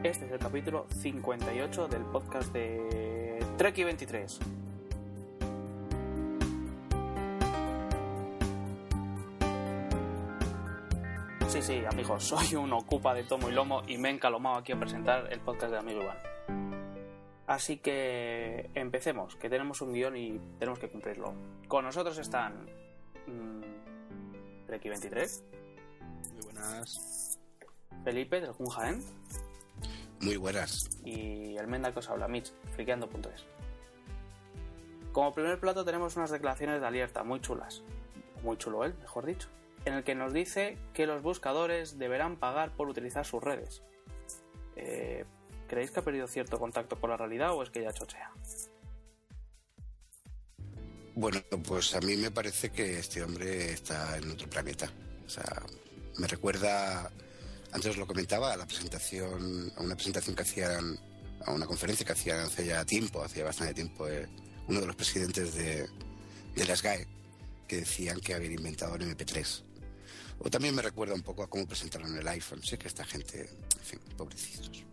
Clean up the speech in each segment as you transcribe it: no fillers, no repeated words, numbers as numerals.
Este es el capítulo 58 del podcast de Treki 23. Sí, amigos, soy un ocupa de tomo y lomo y me he encalomado aquí a presentar el podcast de amigo Iván. Así que empecemos, que tenemos un guión y tenemos que cumplirlo. Con nosotros están Treki 23. Muy buenas. Felipe, del Kun Jaén. Muy buenas. Y el Menda que os habla, Mitch, friqueando.es. Como primer plato tenemos unas declaraciones de alerta muy chulas. Muy chulo él, mejor dicho. En el que nos dice que los buscadores deberán pagar por utilizar sus redes. ¿Creéis que ha perdido cierto contacto con la realidad o es que ya chochea? Bueno, pues a mí me parece que este hombre está en otro planeta. O sea, me recuerda, antes os lo comentaba, a una presentación que hacían, a una conferencia que hacían hacía bastante tiempo, uno de los presidentes de la SGAE, que decían que habían inventado el MP3. O también me recuerda un poco a cómo presentaron el iPhone. Sé que esta gente, en fin, pobrecitos. Yo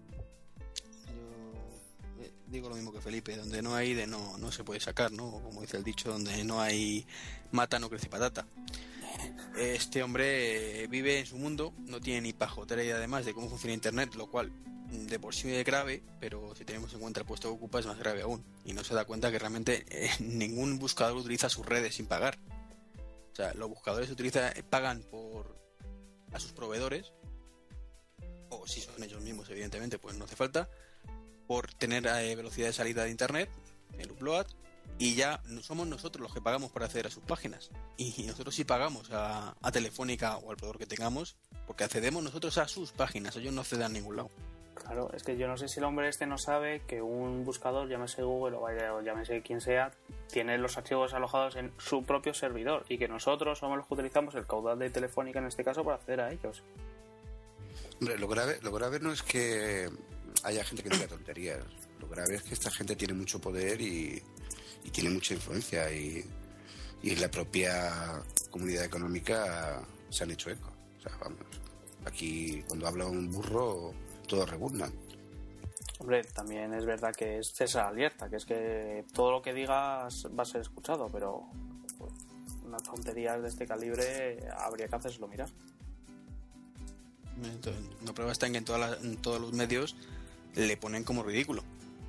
digo lo mismo que Felipe, donde no hay no se puede sacar, ¿no? Como dice el dicho, donde no hay mata no crece patata. Este hombre vive en su mundo, no tiene ni pajotera idea además de cómo funciona Internet, lo cual de por sí es grave, pero si tenemos en cuenta el puesto que ocupa es más grave aún. Y no se da cuenta que realmente ningún buscador utiliza sus redes sin pagar. O sea, los buscadores pagan a sus proveedores, o si son ellos mismos, evidentemente, pues no hace falta, por tener velocidad de salida de Internet, el upload, y ya no somos nosotros los que pagamos para acceder a sus páginas. Y nosotros sí pagamos a Telefónica o al proveedor que tengamos, porque accedemos nosotros a sus páginas, ellos no acceden a ningún lado. Claro, es que yo no sé si el hombre este no sabe que un buscador, llámese Google o llámese quien sea, tiene los archivos alojados en su propio servidor y que nosotros somos los que utilizamos el caudal de Telefónica en este caso para acceder a ellos. Hombre, lo grave no es que haya gente que diga tonterías. Lo grave es que esta gente tiene mucho poder y tiene mucha influencia y la propia comunidad económica se han hecho eco. O sea, vamos, aquí cuando habla un burro todos rebuznan. Hombre, también es verdad que es César Alerta, que es que todo lo que digas va a ser escuchado, pero pues, unas tonterías de este calibre habría que hacérselo mirar. Entonces, la prueba está en que en todos los medios le ponen como ridículo.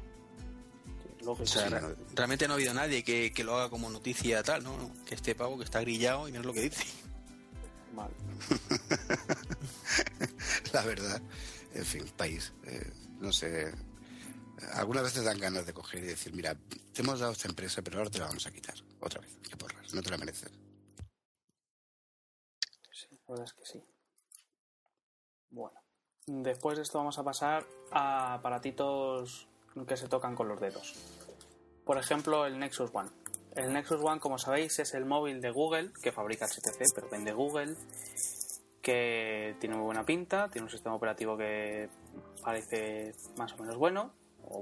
O sea, realmente no ha habido nadie que lo haga como noticia tal, ¿no? Que este pavo que está grillado y mira lo que dice. Mal. La verdad, en fin, país, no sé, algunas veces dan ganas de coger y decir, mira, te hemos dado esta empresa, pero ahora te la vamos a quitar, otra vez, qué porras, no te la mereces. Sí, la verdad es que sí. Bueno, después de esto vamos a pasar a aparatitos que se tocan con los dedos. Por ejemplo, el Nexus One. El Nexus One, como sabéis, es el móvil de Google, que fabrica HTC, pero vende Google, que tiene muy buena pinta, tiene un sistema operativo que parece más o menos bueno,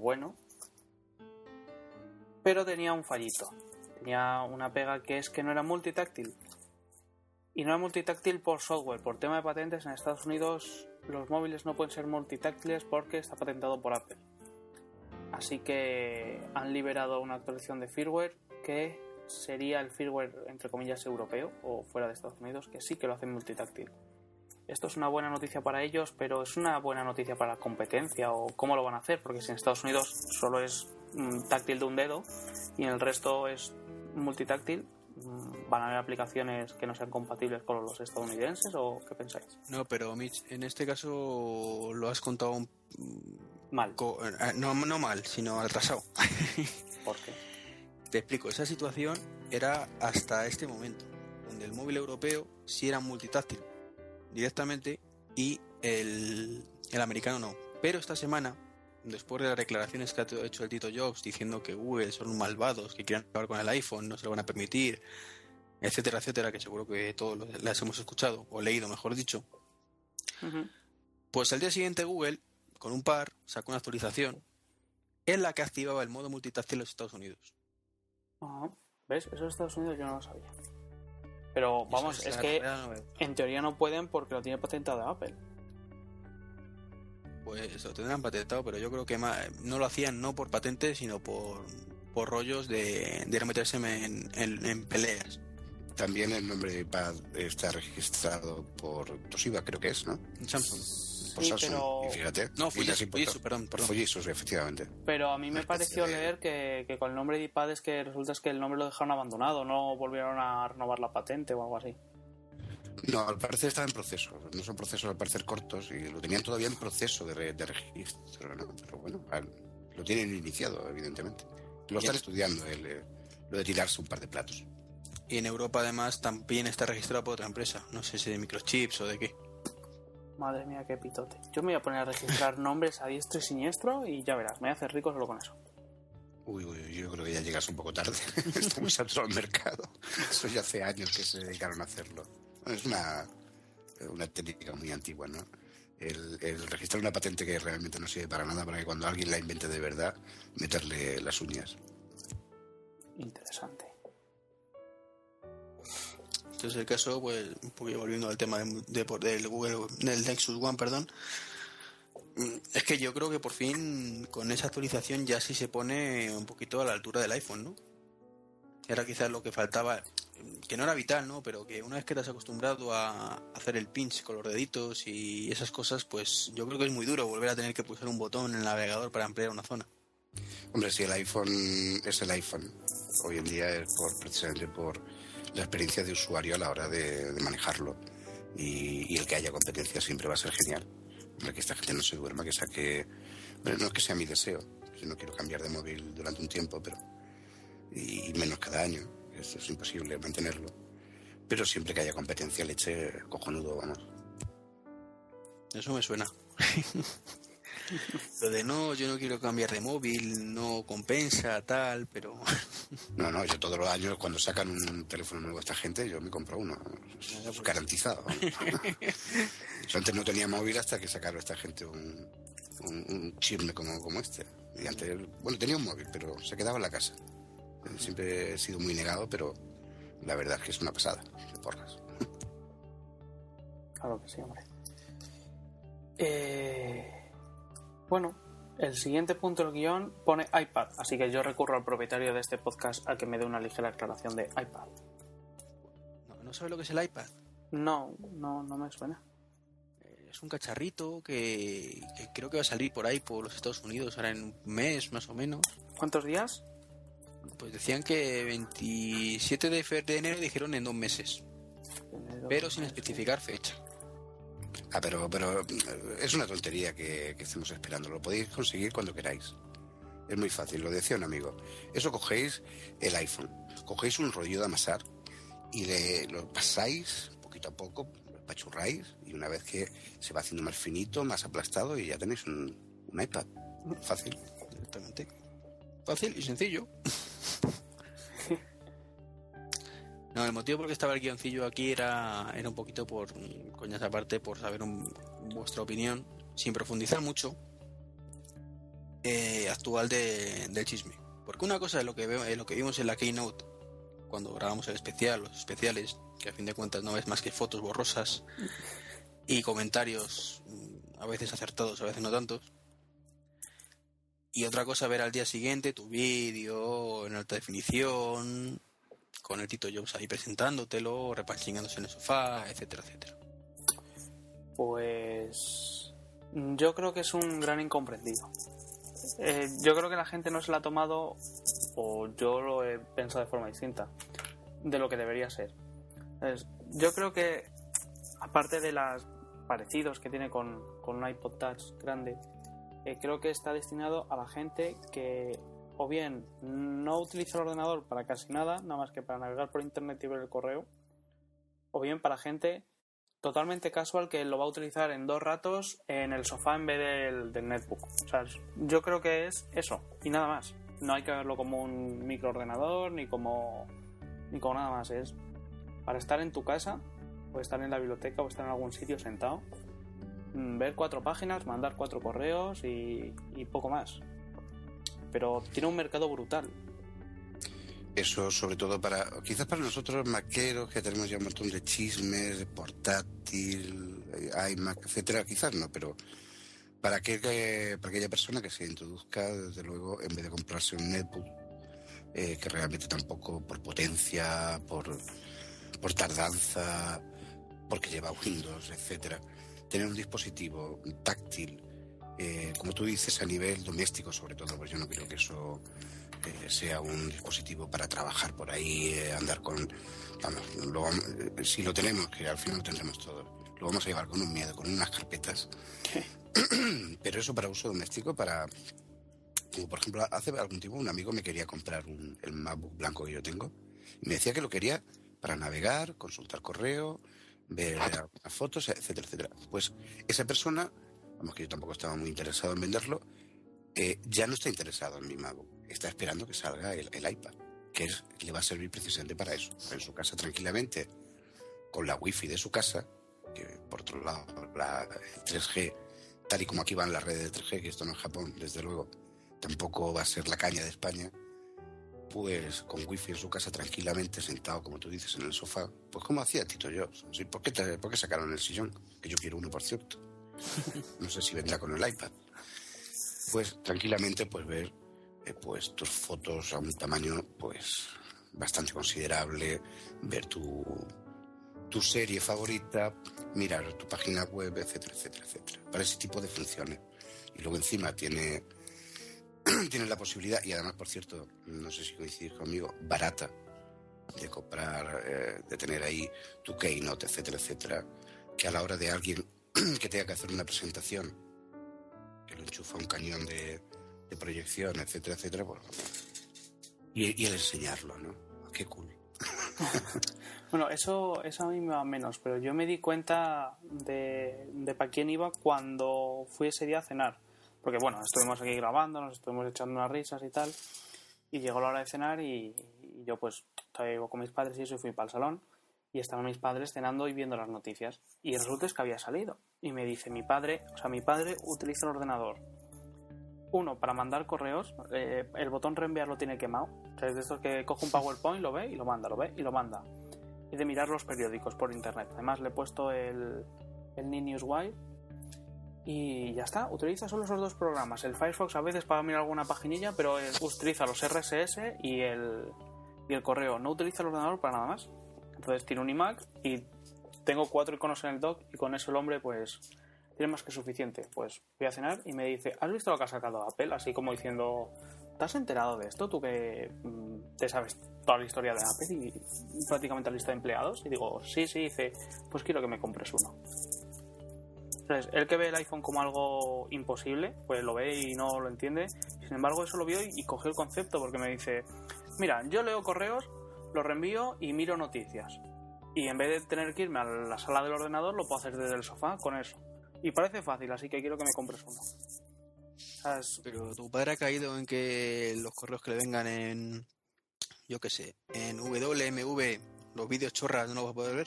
pero tenía un fallito. Tenía una pega que es que no era multitáctil. Y no era multitáctil por software, por tema de patentes en Estados Unidos los móviles no pueden ser multitáctiles porque está patentado por Apple. Así que han liberado una actualización de firmware que sería el firmware entre comillas europeo o fuera de Estados Unidos, que sí que lo hacen multitáctil. Esto es una buena noticia para ellos, pero es una buena noticia para la competencia o cómo lo van a hacer, porque si en Estados Unidos solo es táctil de un dedo y en el resto es multitáctil, ¿van a haber aplicaciones que no sean compatibles con los estadounidenses o qué pensáis? No, pero Mitch, en este caso lo has contado mal. No mal, sino atrasado. ¿Por qué? Te explico, esa situación era hasta este momento, donde el móvil europeo sí era multitáctil directamente y el americano no. Pero esta semana, después de las declaraciones que ha hecho el Tito Jobs diciendo que Google son malvados, que quieren acabar con el iPhone, no se lo van a permitir, etcétera, etcétera, que seguro que todos las hemos escuchado o leído, mejor dicho. Pues al día siguiente Google, con un par, sacó una actualización en la que activaba el modo multitáctil en los Estados Unidos. ¿Ves? Eso en Estados Unidos yo no lo sabía. Pero vamos, es que en teoría no pueden porque lo tiene patentado Apple. pues lo tendrán patentado, pero yo creo que no lo hacían no por patentes, sino por rollos de no meterse en peleas. También el nombre de iPad está registrado por Toshiba, creo que es, ¿no? Samsung. Por Sí, Samsung, pero... y fíjate. No, Fujitsu, perdón. Fujitsu, efectivamente. Pero a mí me pareció leer que con el nombre de iPad es que resulta que el nombre lo dejaron abandonado, no volvieron a renovar la patente o algo así. No, al parecer estaba en proceso. No son procesos al parecer cortos y lo tenían todavía en proceso de registro, ¿no? Pero bueno, lo tienen iniciado, evidentemente. Lo están estudiando, lo de tirarse un par de platos. Y en Europa además también está registrado por otra empresa, no sé si de microchips o de qué. Madre mía, qué pitote. Yo me voy a poner a registrar nombres a diestro y siniestro y ya verás, me voy a hacer rico solo con eso. Uy, yo creo que ya llegas un poco tarde. Está muy saturado el mercado. Eso ya hace años que se dedicaron a hacerlo. Es una técnica muy antigua, ¿no? El registrar una patente que realmente no sirve para nada, para que cuando alguien la invente de verdad, meterle las uñas. Interesante. Entonces el caso, pues, un poquito volviendo al tema del Nexus One, perdón, es que yo creo que por fin con esa actualización ya sí se pone un poquito a la altura del iPhone, ¿no? Era quizás lo que faltaba, que no era vital, ¿no? Pero que una vez que te has acostumbrado a hacer el pinch con los deditos y esas cosas, pues yo creo que es muy duro volver a tener que pulsar un botón en el navegador para ampliar una zona. Hombre, si el iPhone es el iPhone, hoy en día es precisamente por la experiencia de usuario a la hora de manejarlo, y el que haya competencia siempre va a ser genial. Hombre, que esta gente no se duerma, que saque... Bueno, no es que sea mi deseo, si no quiero cambiar de móvil durante un tiempo, pero y menos cada año, esto es imposible mantenerlo, pero siempre que haya competencia leche cojonudo, vamos. Eso me suena. Lo de no, yo no quiero cambiar de móvil, no compensa, tal, pero... No, yo todos los años cuando sacan un teléfono nuevo esta gente, yo me compro uno, es garantizado. Yo antes no tenía móvil hasta que sacaron esta gente un chisme como este. Y antes, bueno, tenía un móvil, pero se quedaba en la casa. Siempre he sido muy negado, pero la verdad es que es una pasada, de porras. Claro que sí, hombre. Bueno, el siguiente punto del guión pone iPad, así que yo recurro al propietario de este podcast a que me dé una ligera aclaración de iPad. ¿No sabes lo que es el iPad? No me suena. Es un cacharrito que creo que va a salir por ahí, por los Estados Unidos, ahora en un mes más o menos. ¿Cuántos días? Pues decían que 27 de enero, dijeron en 2 meses. Pero sin especificar fecha. Pero es una tontería que estemos esperando. Lo podéis conseguir cuando queráis. Es muy fácil, lo decía un amigo. Eso cogéis el iPhone, cogéis un rollo de amasar y lo pasáis poquito a poco, lo espachurráis, y una vez que se va haciendo más finito, más aplastado, y ya tenéis un iPad. Fácil. Directamente. Fácil y sencillo. No, el motivo por el que estaba el guioncillo aquí era un poquito por coñas aparte, por saber vuestra opinión, sin profundizar mucho, actual del chisme. Porque una cosa es lo que vimos en la Keynote cuando grabamos el especial, los especiales, que a fin de cuentas no es más que fotos borrosas y comentarios a veces acertados, a veces no tantos. Y otra cosa ver al día siguiente tu vídeo en alta definición, con el Tito Jobs ahí presentándotelo, repanchingándose en el sofá, etcétera, etcétera. Pues yo creo que es un gran incomprendido. Yo creo que la gente no se la ha tomado, o yo lo he pensado de forma distinta, de lo que debería ser. Yo creo que, aparte de los parecidos que tiene con un iPod Touch grande, creo que está destinado a la gente que o bien no utiliza el ordenador para casi nada más que para navegar por internet y ver el correo, o bien para gente totalmente casual que lo va a utilizar en 2 ratos en el sofá en vez del netbook. O sea, yo creo que es eso y nada más. No hay que verlo como un microordenador ni como nada más. Es para estar en tu casa o estar en la biblioteca o estar en algún sitio sentado, ver 4 páginas, mandar 4 correos y poco más. Pero tiene un mercado brutal. Eso sobre todo quizás para nosotros maqueros, que tenemos ya un montón de chismes, de portátil, iMac, etcétera, quizás no, pero para aquella persona que se introduzca, desde luego, en vez de comprarse un netbook, que realmente tampoco por potencia, por tardanza, porque lleva Windows, etcétera, tener un dispositivo táctil, como tú dices, a nivel doméstico sobre todo, pues yo no creo que eso sea un dispositivo para trabajar por ahí, andar con... Vamos, si lo tenemos, que al final lo tendremos todo, lo vamos a llevar con un miedo, con unas carpetas. Pero eso para uso doméstico, como por ejemplo, hace algún tiempo un amigo me quería comprar el MacBook blanco que yo tengo, y me decía que lo quería para navegar, consultar correo, ver algunas fotos, etcétera, etcétera. Pues esa persona, vamos, que yo tampoco estaba muy interesado en venderlo, ya no está interesado en mi MacBook, está esperando que salga el iPad, que le va a servir precisamente para eso, en su casa tranquilamente, con la wifi de su casa, que por otro lado el 3G, tal y como aquí van las redes de 3G, que esto no es Japón, desde luego, tampoco va a ser la caña de España, pues con wifi en su casa tranquilamente, sentado, como tú dices, en el sofá, pues como hacía Tito Jobs. ¿Sí? ¿Por qué sacaron el sillón? Que yo quiero uno, por cierto. No sé si vendrá con el iPad. Pues tranquilamente, pues ver pues tus fotos a un tamaño pues bastante considerable, ver tu serie favorita, mirar tu página web, etcétera, etcétera, etcétera, para ese tipo de funciones. Y luego encima tiene la posibilidad, y además, por cierto, no sé si coincidís conmigo, barata, de comprar, de tener ahí tu Keynote, etcétera, etcétera, que a la hora de alguien que tenga que hacer una presentación, que lo enchufa un cañón de proyección, etcétera, etcétera, pues, y el enseñarlo, ¿no? Qué cool. Bueno, eso a mí me va menos, pero yo me di cuenta de para quién iba cuando fui ese día a cenar. Porque bueno, estuvimos aquí grabando, nos estuvimos echando unas risas y tal, y llegó la hora de cenar y yo pues estaba con mis padres y eso, y fui para el salón, y estaban mis padres cenando y viendo las noticias, y resulta es que había salido, y me dice mi padre utiliza el ordenador, uno, para mandar correos, el botón reenviar lo tiene quemado, o sea, es de estos que coge un PowerPoint, lo ve y lo manda, lo ve y lo manda, y de mirar los periódicos por internet. Además le he puesto el Newswire y ya está, utiliza solo esos dos programas. El Firefox a veces para mirar alguna paginilla, pero utiliza los RSS y el correo, no utiliza el ordenador para nada más. Entonces tiene un iMac y tengo 4 iconos en el dock, y con eso el hombre pues tiene más que suficiente. Pues voy a cenar y me dice, ¿has visto lo que ha sacado Apple? Así como diciendo, ¿te has enterado de esto? Tú que te sabes toda la historia de Apple y prácticamente la lista de empleados. Y digo, sí, dice, pues quiero que me compres uno. Entonces, él que ve el iPhone como algo imposible, pues lo ve y no lo entiende. Sin embargo, eso lo vio y cogió el concepto, porque me dice, mira, yo leo correos, los reenvío y miro noticias. Y en vez de tener que irme a la sala del ordenador, lo puedo hacer desde el sofá con eso. Y parece fácil, así que quiero que me compres uno. ¿Sabes? Pero tu padre ha caído en que los correos que le vengan en, yo qué sé, en WMV, los vídeos chorras no los va a poder ver.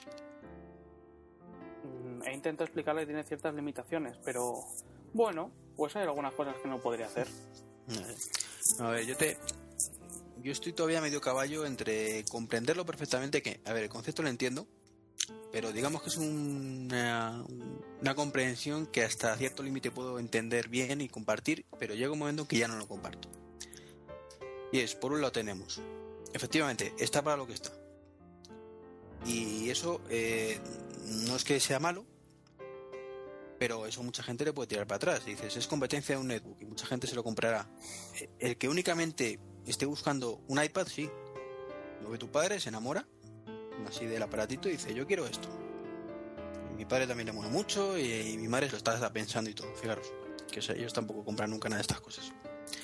He intentado explicarle que tiene ciertas limitaciones, pero bueno, pues hay algunas cosas que no podría hacer. A ver, yo estoy todavía medio caballo entre comprenderlo perfectamente, que, a ver, el concepto lo entiendo, pero digamos que es una comprensión que hasta cierto límite puedo entender bien y compartir, pero llega un momento en que ya no lo comparto. Y es, por un lado tenemos, efectivamente, está para lo que está. Y eso no es que sea malo, pero eso mucha gente le puede tirar para atrás. Dices, es competencia de un netbook y mucha gente se lo comprará. El que únicamente esté buscando un iPad, sí. Lo ve tu padre, se enamora así del aparatito y dice, yo quiero esto. Y mi padre también le mola mucho y mi madre se lo está pensando y todo. Fijaros, que ellos tampoco compran nunca nada de estas cosas.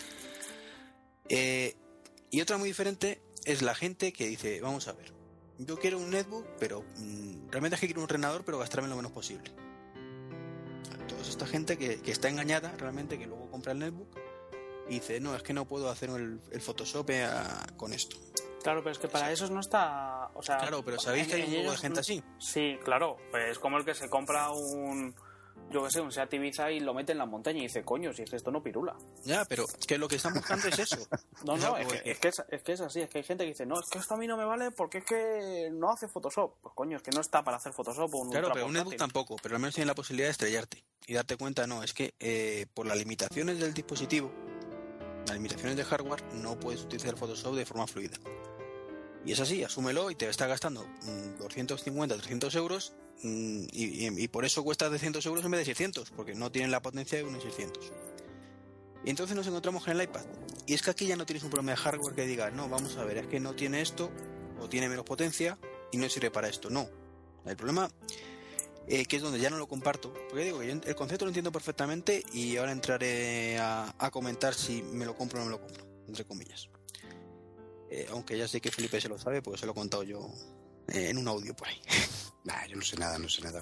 Y otra muy diferente es la gente que dice, vamos a ver, yo quiero un netbook, pero realmente es que quiero un ordenador, pero gastarme lo menos posible. Toda esta gente que está engañada realmente, que luego compra el netbook y dice, no, es que no puedo hacer el Photoshop con esto. Claro, pero es que para eso no está... O sea, claro, pero ¿sabéis que hay un poco de gente así? Sí, claro, pues es como el que se compra un Seat Ibiza y lo mete en la montaña y dice, coño, si es que esto no pirula. Ya, pero que lo que están buscando es eso. No, es que es así, es que hay gente que dice, no, es que esto a mí no me vale porque es que no hace Photoshop. Pues coño, es que no está para hacer Photoshop o un claro, pero un netbook tampoco, pero al menos tiene la posibilidad de estrellarte. y darte cuenta, no, es que por las limitaciones del dispositivo, las limitaciones de hardware, no puedes utilizar Photoshop de forma fluida. Y es así, asúmelo y te está gastando 250, 300 euros y por eso cuesta 300 euros en vez de 600, porque no tienen la potencia de unos 600. Y entonces nos encontramos con el iPad. Y es que aquí ya no tienes un problema de hardware que diga, no, vamos a ver, es que no tiene esto, o tiene menos potencia, y no sirve para esto. No. El problema, que es donde ya no lo comparto, porque digo que yo el concepto lo entiendo perfectamente y ahora entraré a comentar si me lo compro o no me lo compro, entre comillas. Aunque ya sé que Felipe se lo sabe, porque se lo he contado yo en un audio por ahí. Nah, yo no sé nada.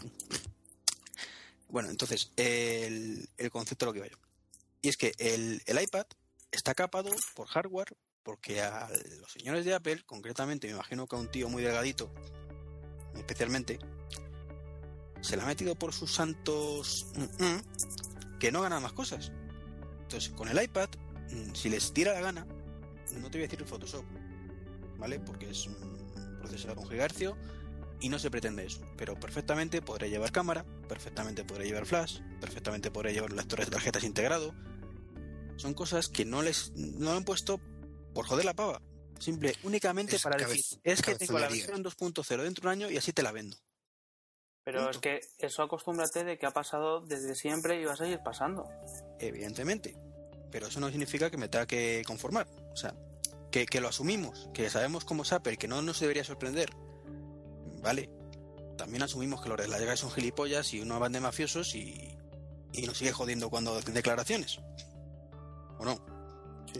Bueno, entonces, el concepto de lo que veo. Y es que el iPad está capado por hardware, porque a los señores de Apple, concretamente, me imagino que a un tío muy delgadito, especialmente, se le ha metido por sus santos que no ganan más cosas. Entonces, con el iPad, si les tira la gana, no te voy a decir el Photoshop, ¿vale? Porque es un procesador 1 GHz y no se pretende eso, pero perfectamente podré llevar cámara, perfectamente podré llevar flash, perfectamente podré llevar lectores de tarjetas integrado. Son cosas que no lo han puesto por joder la pava, únicamente para decir, es que tengo la versión 2.0 dentro de un año y así te la vendo. Pero punto. Es que eso acostúmbrate de que ha pasado desde siempre y va a seguir pasando. Evidentemente, pero eso no significa que me tenga que conformar. O sea, que lo asumimos, que sabemos cómo es Apple, que no nos debería sorprender. Vale, también asumimos que los de la llegada son gilipollas y una banda de mafiosos y nos sigue jodiendo cuando hacen declaraciones. ¿O no? Sí.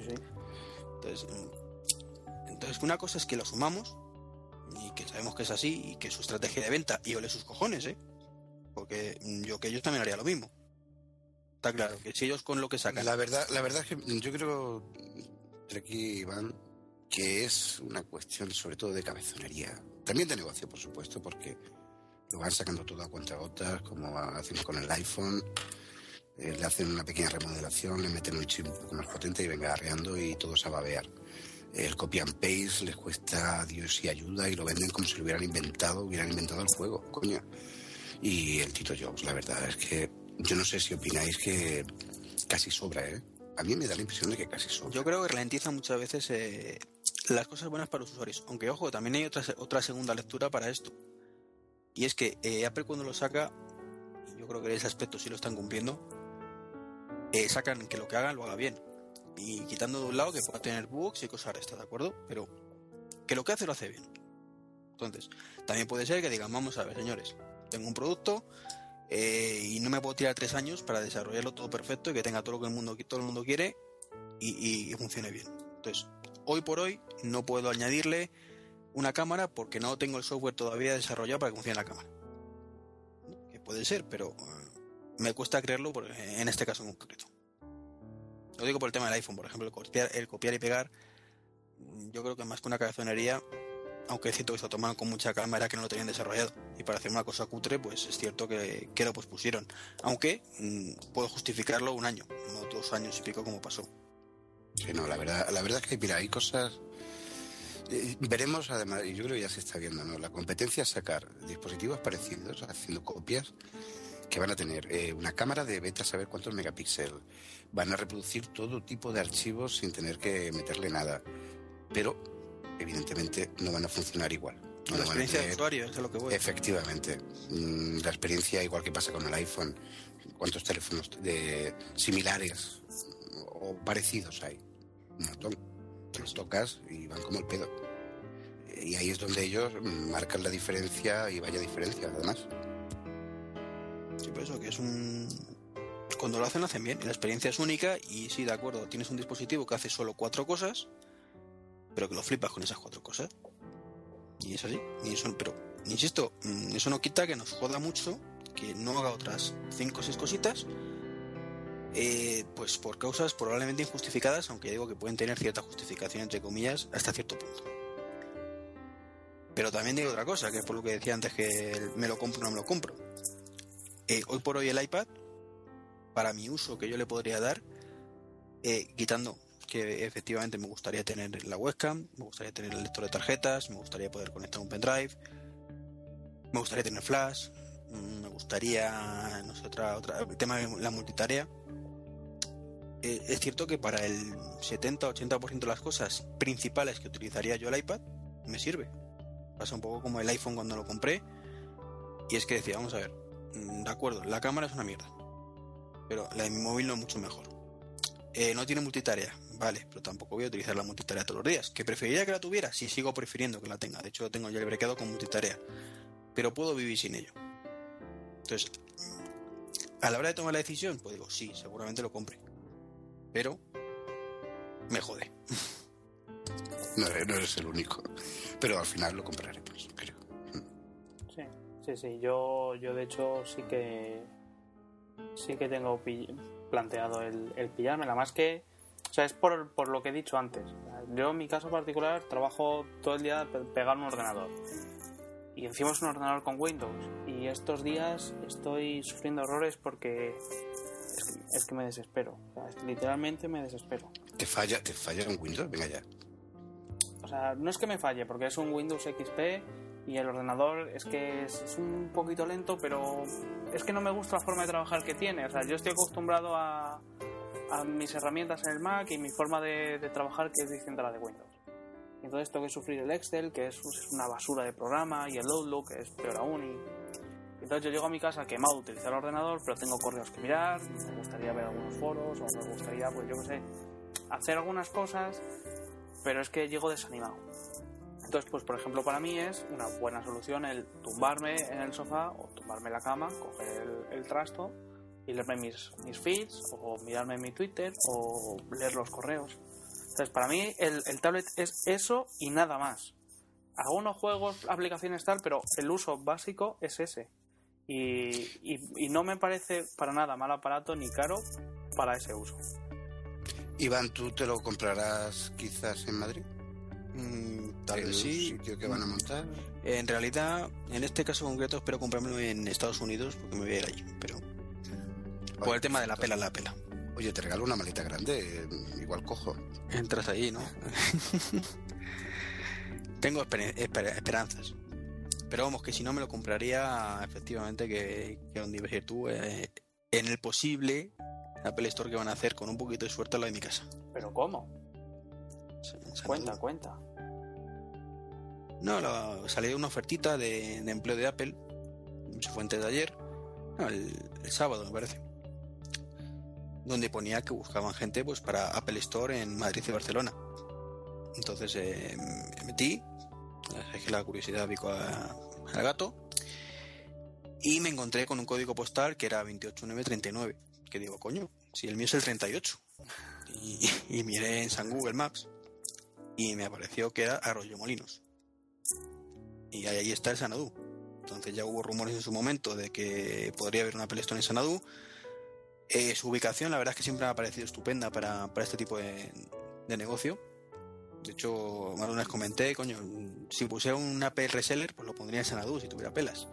Entonces una cosa es que lo asumamos y que sabemos que es así y que su estrategia de venta, y ole sus cojones, porque yo que ellos también haría lo mismo. Está claro que si ellos con lo que sacan... La verdad es que yo creo, entre aquí, Iván, que es una cuestión sobre todo de cabezonería. También de negocio, por supuesto, porque lo van sacando todo a cuentagotas, como hacen con el iPhone. Le hacen una pequeña remodelación, le meten un chip un poco más potente y venga arreando y todos a babear. El copy and paste les cuesta Dios y ayuda y lo venden como si lo hubieran inventado el juego, coño. Y el Tito Jobs, la verdad es que yo no sé si opináis que casi sobra, ¿eh? A mí me da la impresión de que casi sobra. Yo creo que ralentiza muchas veces las cosas buenas para los usuarios. Aunque, ojo, también hay otra segunda lectura para esto. Y es que Apple cuando lo saca, y yo creo que en ese aspecto sí lo están cumpliendo, sacan que lo que hagan lo haga bien. Y quitando de un lado que pueda tener bugs y cosas de estas, ¿de acuerdo? Pero que lo que hace lo hace bien. Entonces, también puede ser que digan, vamos a ver, señores, tengo un producto y no me puedo tirar 3 años para desarrollarlo todo perfecto y que tenga todo lo que todo el mundo quiere y funcione bien. Entonces, hoy por hoy no puedo añadirle una cámara porque no tengo el software todavía desarrollado para que funcione la cámara. Que puede ser, pero me cuesta creerlo en este caso en concreto. Lo digo por el tema del iPhone, por ejemplo, el copiar y pegar. Yo creo que más que una cabezonería, aunque es cierto que se lo tomaron con mucha calma, era que no lo tenían desarrollado. Y para hacer una cosa cutre, pues es cierto que lo pospusieron. Aunque puedo justificarlo 1 año, no 2 años y pico como pasó. Sí, no, la verdad es que mira, hay cosas... veremos además, y yo creo que ya se está viendo, ¿no? La competencia es sacar dispositivos parecidos, haciendo copias, que van a tener una cámara de vete a saber cuántos megapíxeles, van a reproducir todo tipo de archivos sin tener que meterle nada, pero evidentemente no van a funcionar igual. La experiencia de usuario es a lo que voy. Efectivamente, la experiencia igual que pasa con el iPhone, cuántos teléfonos similares o parecidos hay, un montón, te los tocas y van como el pedo, y ahí es donde ellos marcan la diferencia, y vaya diferencia además. Sí, por eso que es cuando lo hacen bien y la experiencia es única. Y sí, de acuerdo, tienes un dispositivo que hace solo 4 cosas, pero que lo flipas con esas 4 cosas y es así. Pero insisto, eso no quita que nos joda mucho que no haga otras 5 o 6 cositas, pues por causas probablemente injustificadas, aunque digo que pueden tener cierta justificación entre comillas hasta cierto punto. Pero también digo otra cosa, que es por lo que decía antes, que me lo compro o no me lo compro. Hoy por hoy el iPad, para mi uso que yo le podría dar, quitando que efectivamente me gustaría tener la webcam, me gustaría tener el lector de tarjetas, me gustaría poder conectar un pendrive, me gustaría tener flash, me gustaría, no sé, el tema de la multitarea. Es cierto que para el 70-80% de las cosas principales que utilizaría yo el iPad, me sirve. Pasa un poco como el iPhone cuando lo compré, y es que decía, vamos a ver, de acuerdo, la cámara es una mierda, pero la de mi móvil no es mucho mejor. No tiene multitarea, vale, pero tampoco voy a utilizar la multitarea todos los días. ¿Que preferiría que la tuviera? Sí, sigo prefiriendo que la tenga. De hecho, lo tengo ya jailbreakado con multitarea, pero puedo vivir sin ello. Entonces, a la hora de tomar la decisión, pues digo, sí, seguramente lo compre, pero me jode. No eres el único, pero al final lo compraré, pues, creo. Sí. Yo de hecho sí que tengo planteado el pillármela, más que, o sea, es por lo que he dicho antes. Yo en mi caso particular trabajo todo el día pegado a un ordenador, y encima es un ordenador con Windows, y estos días estoy sufriendo errores porque es que me desespero. O sea, es que literalmente me desespero. ¿Te falla un Windows? Venga ya. O sea, no es que me falle, porque es un Windows XP y el ordenador es que es un poquito lento, pero es que no me gusta la forma de trabajar que tiene. O sea, yo estoy acostumbrado a mis herramientas en el Mac y mi forma de trabajar, que es distinta a la de Windows. Entonces tengo que sufrir el Excel, que es una basura de programa, y el Outlook, que es peor aún. Entonces yo llego a mi casa quemado de utilizar el ordenador, pero tengo correos que mirar, me gustaría ver algunos foros, o me gustaría, pues yo qué sé, hacer algunas cosas, pero es que llego desanimado. Entonces, pues por ejemplo, para mí es una buena solución el tumbarme en el sofá o tumbarme en la cama, coger el trasto y leerme mis feeds, o mirarme mi Twitter, o leer los correos. Entonces, para mí el tablet es eso y nada más. Algunos juegos, aplicaciones tal, pero el uso básico es ese. Y no me parece para nada mal aparato ni caro para ese uso. Iván, ¿tú te lo comprarás quizás en Madrid? Tal vez sí. ¿El sitio que van a montar? En realidad, en este caso concreto, espero comprármelo en Estados Unidos, porque me voy a ir allí, pero por el tema de la pela. Oye, te regalo una maleta grande, igual cojo. Entras allí, ¿no? Tengo esperanzas. Pero vamos, que si no me lo compraría, efectivamente, que donde ibas a ir tú, en el posible Apple Store que van a hacer con un poquito de suerte a lo de mi casa. ¿Pero cómo? Cuenta. No, salió una ofertita de empleo de Apple, se fue antes de ayer, el sábado me parece, donde ponía que buscaban gente pues para Apple Store en Madrid y Barcelona. Entonces me metí, dejé la curiosidad pico al gato, y me encontré con un código postal que era 28939, que digo, coño, si el mío es el 38, y miré en San Google Maps y me apareció que era Arroyomolinos, y ahí está el Xanadu. Entonces ya hubo rumores en su momento de que podría haber una Apple Store en Xanadu. Su ubicación la verdad es que siempre me ha parecido estupenda para este tipo de negocio. De hecho, más de una vez comenté, coño, si pusiera un Apple reseller, pues lo pondría en Xanadu si tuviera pelas.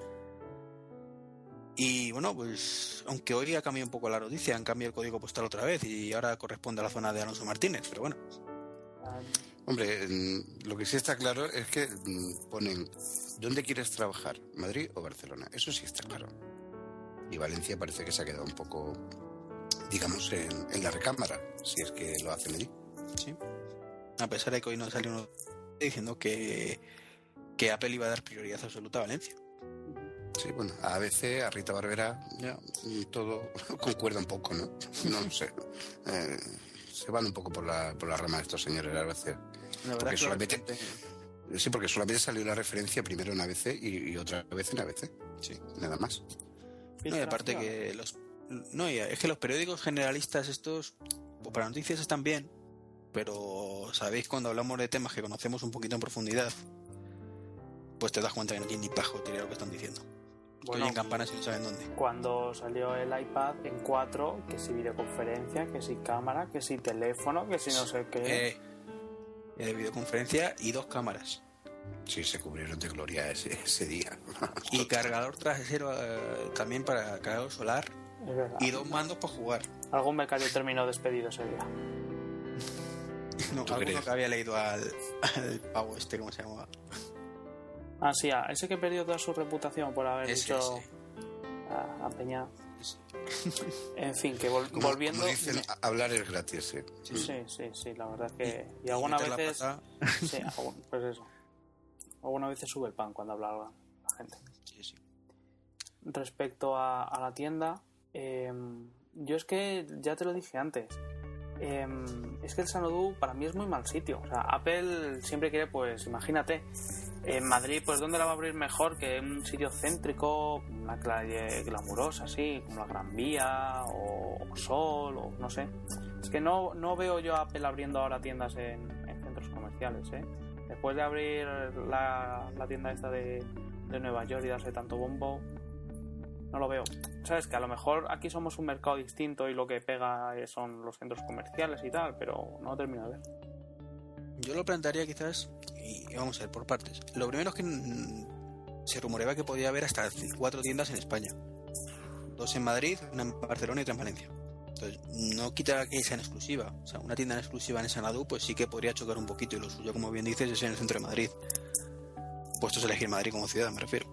Y bueno, pues aunque hoy ha cambiado un poco la noticia, han cambiado el código postal otra vez y ahora corresponde a la zona de Alonso Martínez, pero bueno. Hombre, lo que sí está claro es que ponen ¿dónde quieres trabajar? ¿Madrid o Barcelona? Eso sí está claro. Y Valencia parece que se ha quedado un poco, digamos, en la recámara, si es que lo hacen allí. Sí. A pesar de que hoy no salió uno diciendo que Apple iba a dar prioridad absoluta a Valencia. Sí, bueno, a veces a Rita Barbera ya todo concuerda un poco, ¿no? No lo sé. Se van un poco por la rama de estos señores a veces. Porque solamente salió la referencia primero en ABC y otra vez en ABC. Sí, nada más. No, y aparte que es que los periódicos generalistas estos, pues para noticias están bien, pero sabéis, cuando hablamos de temas que conocemos un poquito en profundidad, pues te das cuenta que no tienen ni pajo tirar lo que están diciendo. Bueno, oyen campanas y no saben dónde. Cuando salió el iPad en 4, que si videoconferencia, que si cámara, que si teléfono, que si no sé qué. Videoconferencia y 2 cámaras. Sí, se cubrieron de gloria ese día. Y cargador trasero también para cargador solar. Es verdad. Y 2 mandos para jugar. Algún becario terminó despedido ese día. No, alguno que había leído al pavo ¿cómo se llama? Ah, sí, ese que perdió toda su reputación por haber dicho... Sí. a Peña. En fin, que volviendo... Como dicen, hablar es gratis, sí. Sí, la verdad es que... Y algunas veces... Sí, pues eso. Algunas veces sube el pan cuando habla la gente. Sí. Respecto a la tienda, yo es que ya te lo dije antes, es que el Xanadu para mí es muy mal sitio. O sea, Apple siempre quiere, pues imagínate, en Madrid, pues ¿dónde la va a abrir mejor que en un sitio céntrico, una calle glamurosa así, como la Gran Vía o Sol, o no sé? Es que no veo yo a Apple abriendo ahora tiendas en centros comerciales, ¿eh? Después de abrir la tienda esta de Nueva York y darse tanto bombo, no lo veo. Sabes que a lo mejor aquí somos un mercado distinto y lo que pega son los centros comerciales y tal, pero no lo termino de ver. Yo lo plantearía quizás, y vamos a ver por partes. Lo primero es que se rumoreaba que podía haber hasta 4 tiendas en España. 2 en Madrid, una en Barcelona y otra en Valencia. Entonces, no quita que sea en exclusiva. O sea, una tienda en exclusiva en Xanadu, pues sí que podría chocar un poquito. Y lo suyo, como bien dices, es en el centro de Madrid. Puestos a elegir Madrid como ciudad, me refiero.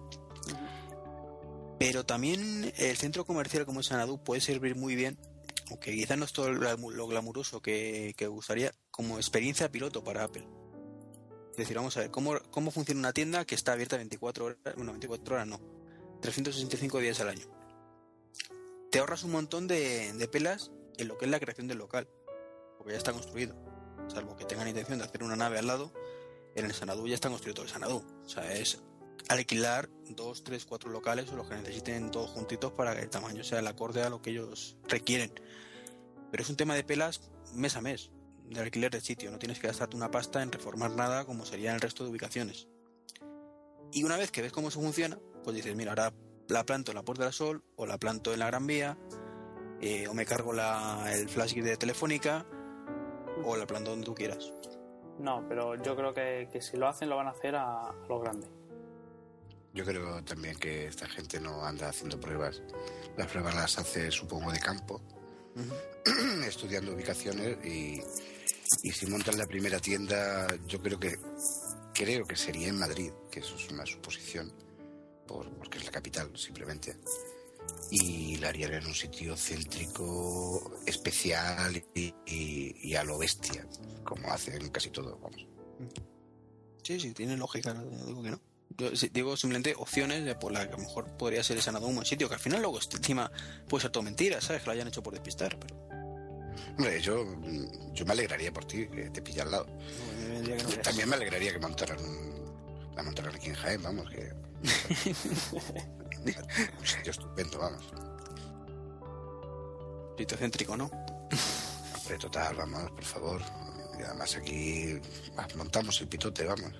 Pero también el centro comercial como Xanadu puede servir muy bien, aunque quizás no es todo lo glamuroso que gustaría, como experiencia piloto para Apple. Es decir, vamos a ver cómo funciona una tienda que está abierta 24 horas, bueno, 24 horas no, 365 días al año. Te ahorras un montón de pelas en lo que es la creación del local, porque ya está construido. Salvo que tengan intención de hacer una nave al lado, en el Xanadu ya está construido todo el Xanadu. O sea, es alquilar 2, 3, 4 locales o los que necesiten todos juntitos para que el tamaño sea el acorde a lo que ellos requieren. Pero es un tema de pelas mes a mes, de alquiler del sitio. No tienes que gastarte una pasta en reformar nada como sería en el resto de ubicaciones. Y una vez que ves cómo eso funciona, pues dices, mira, ahora la planto en la Puerta del Sol o la planto en la Gran Vía, o me cargo el flash grid de Telefónica o la planto donde tú quieras. No, pero yo creo que si lo hacen, lo van a hacer a lo grande. Yo creo también que esta gente no anda haciendo pruebas. Las pruebas las hace, supongo, de campo, estudiando ubicaciones y si montan la primera tienda, yo creo que sería en Madrid, que eso es una suposición, porque es la capital, simplemente. Y la harían en un sitio céntrico, especial y a lo bestia, como hacen casi todo, vamos. Sí, tiene lógica, no digo que no. Yo digo simplemente opciones de por la que a lo mejor podría ser Xanadu un buen sitio, que al final luego encima puede ser todo mentira, ¿sabes? Que lo hayan hecho por despistar, pero... Hombre, yo me alegraría por ti, que te pilla al lado. No, también me alegraría que montaran aquí en Jaén, vamos, que... un sitio estupendo, vamos. Sitio céntrico, ¿no? Hombre, total, vamos, por favor. Y además aquí montamos el pitote, vamos.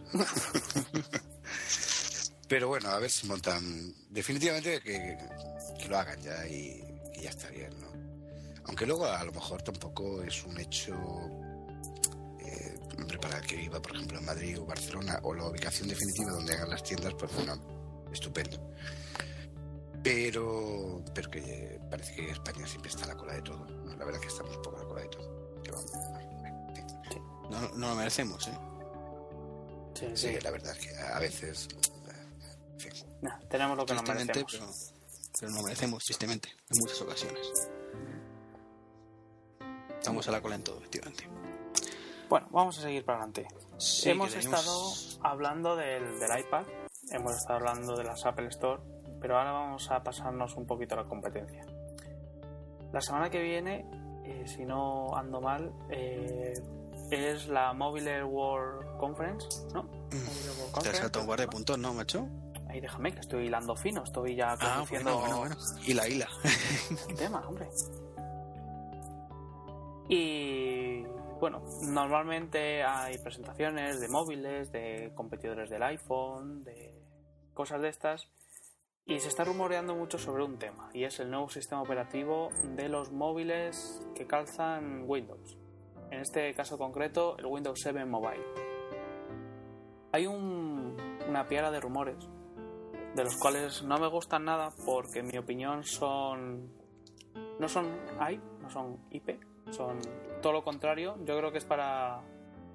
Pero bueno, a ver si montan. Definitivamente que lo hagan ya y ya está bien, ¿no? Aunque luego a lo mejor tampoco es un hecho, hombre, para el que viva, por ejemplo, en Madrid o Barcelona, o la ubicación definitiva donde hagan las tiendas, pues bueno, estupendo. Pero que parece que España siempre está a la cola de todo, ¿no? La verdad que estamos un poco a la cola de todo. Que vamos, no lo merecemos, ¿eh? Sí, la verdad es que a veces... en fin. No, tenemos lo que nos merecemos. Pero no merecemos, tristemente, en muchas ocasiones. Estamos a la cola en todo, efectivamente. Bueno, vamos a seguir para adelante. Sí, hemos estado hablando del iPad, hemos estado hablando de las Apple Store, pero ahora vamos a pasarnos un poquito a la competencia. La semana que viene, si no ando mal, es la Mobile World Conference, ¿no? Te has saltado un par de puntos, ¿no, macho? Ahí déjame, que estoy hilando fino, estoy ya conduciendo... Bueno. Hila. El tema, hombre. Y bueno, normalmente hay presentaciones de móviles, de competidores del iPhone, de cosas de estas, y se está rumoreando mucho sobre un tema, y es el nuevo sistema operativo de los móviles que calzan Windows. En este caso concreto, el Windows 7 Mobile. Hay una piara de rumores, de los cuales no me gustan nada, porque en mi opinión no son IP, son todo lo contrario. Yo creo que es para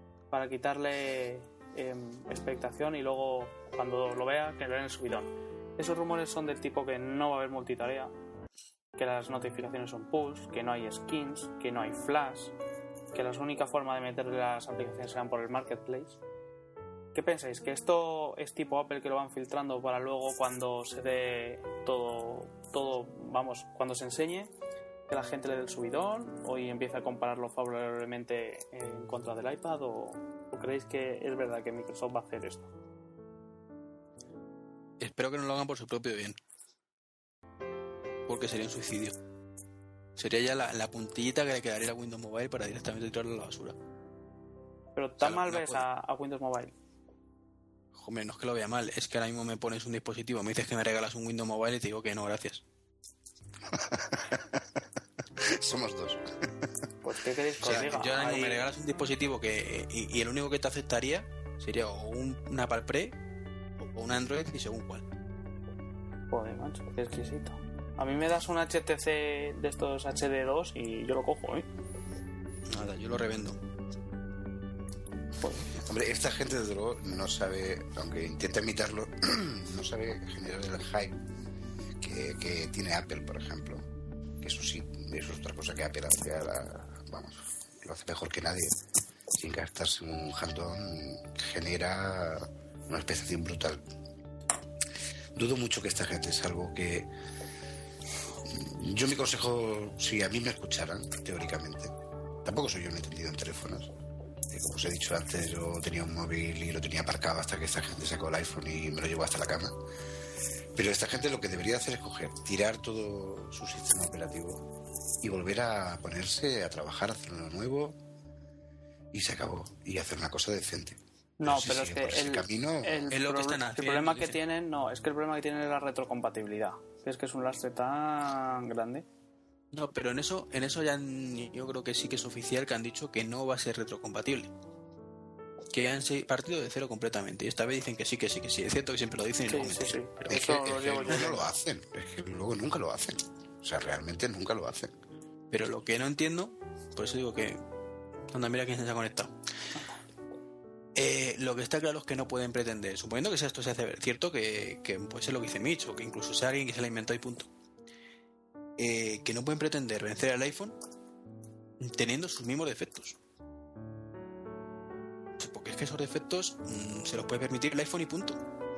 quitarle expectación y luego cuando lo vea que le den el subidón. Esos rumores son del tipo que no va a haber multitarea, que las notificaciones son push, que no hay skins, que no hay flash, que la única forma de meter las aplicaciones sean por el marketplace. ¿Qué pensáis? ¿Que esto es tipo Apple, que lo van filtrando para luego cuando se dé todo, vamos, cuando se enseñe, que la gente le dé el subidón o y empiece a compararlo favorablemente en contra del iPad? ¿O creéis que es verdad que Microsoft va a hacer esto? Espero que no lo hagan por su propio bien, porque sería un suicidio. Sería ya la puntillita que le quedaría a Windows Mobile para directamente tirarlo a la basura. Pero tan mal ves a Windows Mobile. Hombre, no es que lo vea mal, es que ahora mismo me pones un dispositivo, me dices que me regalas un Windows Mobile y te digo que no, gracias. Somos dos. Pues ¿qué queréis que os diga? Yo ahora mismo me regalas un dispositivo que y el único que te aceptaría sería o un Apple Pre o un Android, y según cuál. Joder, macho, qué exquisito. A mí me das un HTC de estos HD2 y yo lo cojo, ¿eh? Nada, yo lo revendo. Hombre, esta gente desde luego no sabe, aunque intenta imitarlo, no sabe generar el hype que tiene Apple, por ejemplo. Que eso sí, eso es otra cosa que Apple hace lo hace mejor que nadie. Sin gastarse un handón, genera una expectación brutal. Dudo mucho que esta gente es algo que... Yo mi consejo, si a mí me escucharan, teóricamente, tampoco soy yo un entendido en teléfonos. Como os he dicho antes, yo tenía un móvil y lo tenía aparcado hasta que esta gente sacó el iPhone y me lo llevó hasta la cama. Pero esta gente lo que debería hacer es tirar todo su sistema operativo y volver a ponerse a trabajar, hacer uno nuevo y se acabó. Y hacer una cosa decente. No, pero es que el problema que tienen, es que el problema que tienen es la retrocompatibilidad. Es que es un lastre tan grande. No, pero en eso ya yo creo que sí que es oficial, que han dicho que no va a ser retrocompatible. Que han partido de cero completamente. Y esta vez dicen que sí. Es cierto que siempre lo dicen y luego sí. Pero es que no lo hacen. Es que luego nunca lo hacen. O sea, realmente nunca lo hacen. Pero lo que no entiendo, por eso digo que... Anda, mira quién se ha conectado. Lo que está claro es que no pueden pretender, suponiendo que esto se hace cierto, que puede ser lo que dice Mitch, o que incluso sea alguien que se la inventó y punto. Que no pueden pretender vencer al iPhone teniendo sus mismos defectos. Porque es que esos defectos se los puede permitir el iPhone y punto.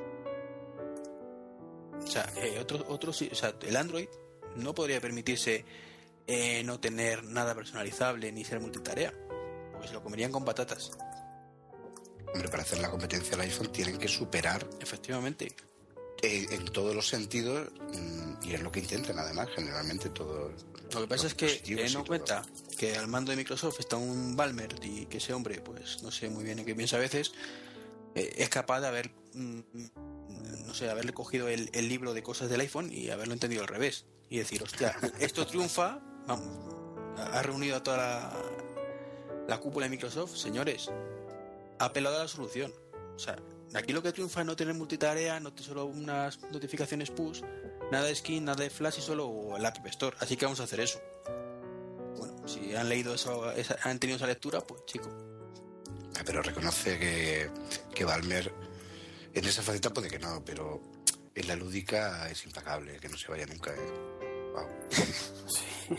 O sea, el Android no podría permitirse no tener nada personalizable ni ser multitarea, porque se lo comerían con patatas. Hombre, para hacer la competencia al iPhone tienen que superar, efectivamente, en todos los sentidos, y es lo que intentan además, generalmente todo. Lo que pasa es que teniendo en cuenta que al mando de Microsoft está un Ballmer y que ese hombre, pues no sé muy bien en qué piensa a veces, es capaz de haber haberle cogido el libro de cosas del iPhone y haberlo entendido al revés y decir, hostia, esto triunfa, vamos, ha reunido a toda la cúpula de Microsoft, señores, ha apelado a la solución. O sea, aquí lo que triunfa es no tener multitarea, no solo unas notificaciones push, nada de skin, nada de flash y solo el App Store. Así que vamos a hacer eso. Bueno, si han leído eso, han tenido esa lectura, pues chico. Pero reconoce que Ballmer en esa faceta puede que no, pero en la lúdica es impagable, que no se vaya nunca. Wow. Sí.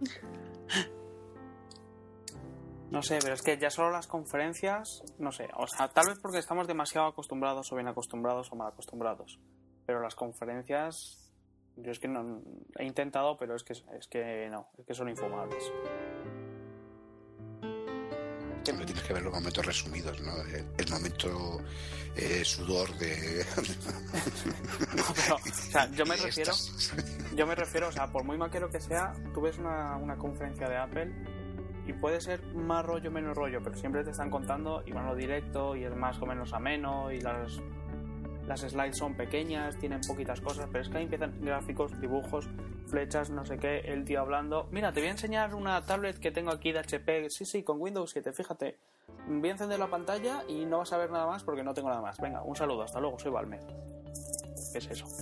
No sé, pero es que ya solo las conferencias, no sé, o sea, tal vez porque estamos demasiado acostumbrados o bien acostumbrados o mal acostumbrados, pero las conferencias, yo es que no he intentado, pero es que son infumables. Siempre tienes que ver los momentos resumidos, ¿no? El momento sudor de... No, pero, o sea, yo me refiero, o sea, por muy maquero que sea, tú ves una conferencia de Apple y puede ser más rollo, menos rollo, pero siempre te están contando y van a lo directo y es más o menos ameno y las slides son pequeñas, tienen poquitas cosas, pero es que ahí empiezan gráficos, dibujos, flechas, no sé qué, el tío hablando. Mira, te voy a enseñar una tablet que tengo aquí de HP, sí, con Windows 7, fíjate. Voy a encender la pantalla y no vas a ver nada más porque no tengo nada más. Venga, un saludo, hasta luego, soy Ballmer. ¿Qué es eso?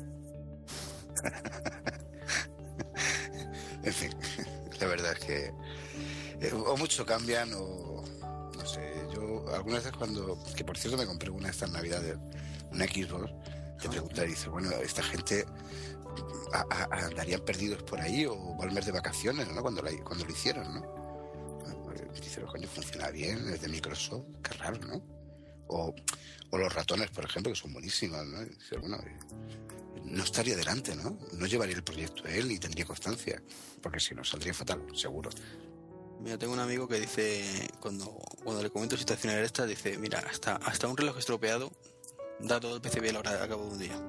En fin, la verdad es que o mucho cambian o no sé. Yo algunas veces que por cierto me compré una de estas navidades, una Xbox, Te preguntas, dices, bueno, esta gente andarían perdidos por ahí o volver de vacaciones, ¿no? Cuando lo hicieron, ¿no? Dices, coño, funciona bien, es de Microsoft, qué raro, ¿no? O los ratones, por ejemplo, que son buenísimos, ¿no? Dices, bueno, no estaría delante, ¿no? No llevaría el proyecto él y tendría constancia, porque si no saldría fatal, seguro. Mira, tengo un amigo que dice, cuando le comento situaciones estas, dice, mira, hasta un reloj estropeado da todo el PCB a la hora a cabo de un día.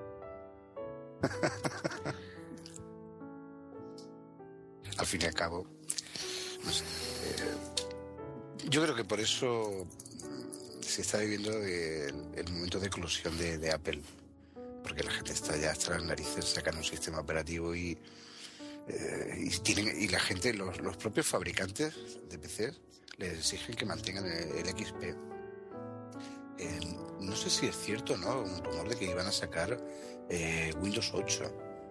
Al fin y al cabo, no sé, yo creo que por eso se está viviendo el momento de eclosión de Apple, porque la gente está ya hasta las narices, sacan un sistema operativo y la gente, los propios fabricantes de PCs les exigen que mantengan el XP. No sé si es cierto, ¿no? Un rumor de que iban a sacar Windows 8.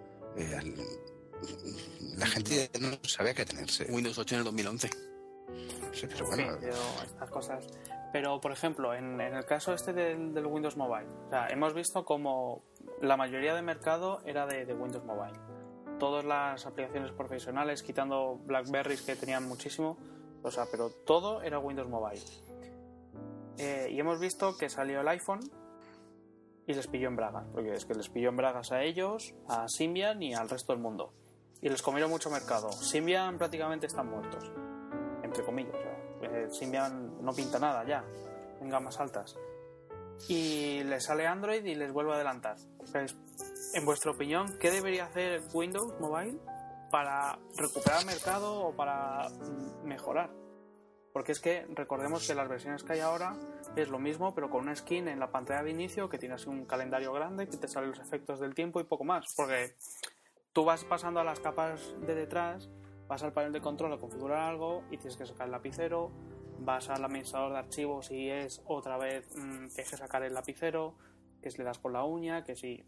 La gente ya no sabe a qué atenerse. Windows 8 en el 2011. Sí, pero bueno. Sí, pero estas cosas. Pero, por ejemplo, en el caso este del Windows Mobile, o sea, hemos visto como la mayoría de mercado era de Windows Mobile. Todas las aplicaciones profesionales, quitando BlackBerrys que tenían muchísimo, o sea, pero todo era Windows Mobile. Y hemos visto que salió el iPhone y les pilló en bragas, porque es que les pilló en bragas a ellos, a Symbian y al resto del mundo. Y les comieron mucho mercado. Symbian prácticamente están muertos, entre comillas. O sea, Symbian no pinta nada ya, en gamas altas. Y les sale Android y les vuelve a adelantar. Entonces, en vuestra opinión, ¿qué debería hacer Windows Mobile para recuperar mercado o para mejorar? Porque es que recordemos que las versiones que hay ahora es lo mismo, pero con una skin en la pantalla de inicio que tiene así un calendario grande que te salen los efectos del tiempo y poco más. Porque tú vas pasando a las capas de detrás, vas al panel de control a configurar algo y tienes que sacar el lapicero, vas al administrador de archivos y es otra vez tienes que sacar el lapicero, que si le das con la uña, que si...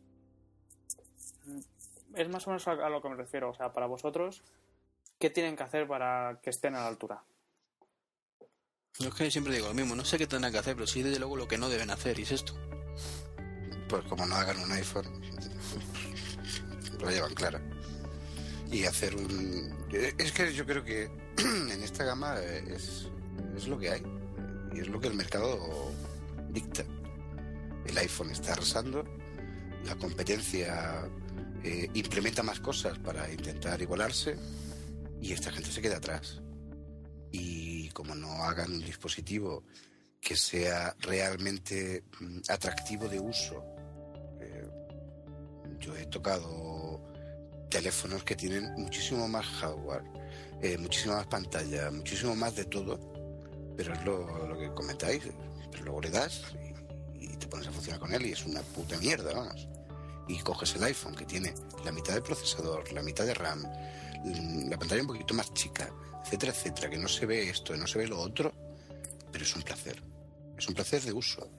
Es más o menos a lo que me refiero. O sea, para vosotros, ¿qué tienen que hacer para que estén a la altura? Yo es que siempre digo lo mismo, no sé qué tendrán que hacer, pero sí desde luego lo que no deben hacer, y es esto. Pues como no hagan un iPhone, lo llevan clara. Y hacer un... Es que yo creo que en esta gama es lo que hay. Y es lo que el mercado dicta. El iPhone está arrasando, la competencia implementa más cosas para intentar igualarse y esta gente se queda atrás. Y como no hagan un dispositivo que sea realmente atractivo de uso, yo he tocado teléfonos que tienen muchísimo más hardware, muchísima más pantalla, muchísimo más de todo, pero es lo que comentáis, pero luego le das y te pones a funcionar con él y es una puta mierda, vamos. Y coges el iPhone que tiene la mitad del procesador, la mitad de RAM, la pantalla un poquito más chica, etcétera, etcétera, que no se ve esto, no se ve lo otro, pero es un placer de uso.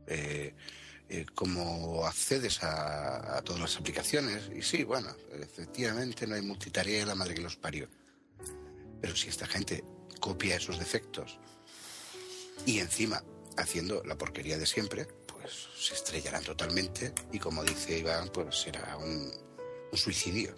Como accedes a todas las aplicaciones, y sí, bueno, efectivamente no hay multitarea, la madre que los parió, pero si esta gente copia esos defectos y encima haciendo la porquería de siempre, pues se estrellarán totalmente y como dice Iván, pues será un suicidio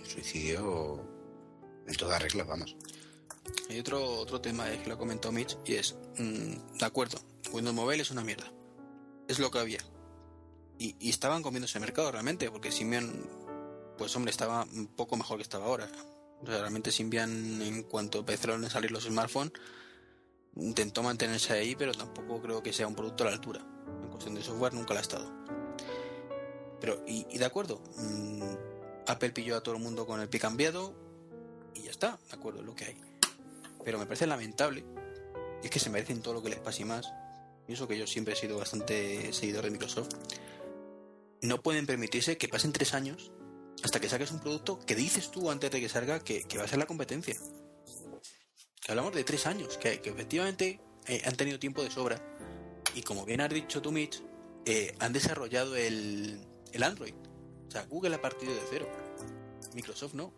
en toda regla, vamos. Hay otro tema que lo ha comentado Mitch y es, de acuerdo, Windows Mobile es una mierda, es lo que había y estaban comiéndose el mercado realmente, porque Symbian, pues hombre, estaba un poco mejor que estaba ahora. O sea, realmente Symbian, en cuanto empezaron a salir los smartphones, intentó mantenerse ahí, pero tampoco creo que sea un producto a la altura. En cuestión de software nunca lo ha estado. Pero, y de acuerdo, Apple pilló a todo el mundo con el pie cambiado y ya está, de acuerdo, es lo que hay. Pero me parece lamentable, y es que se merecen todo lo que les pase y más. Y eso que yo siempre he sido bastante seguidor de Microsoft. No pueden permitirse que pasen 3 años hasta que saques un producto que dices tú antes de que salga que va a ser la competencia. Que hablamos de 3 años, que efectivamente han tenido tiempo de sobra. Y como bien has dicho tú, Mitch, han desarrollado el Android. O sea, Google ha partido de cero. Microsoft no.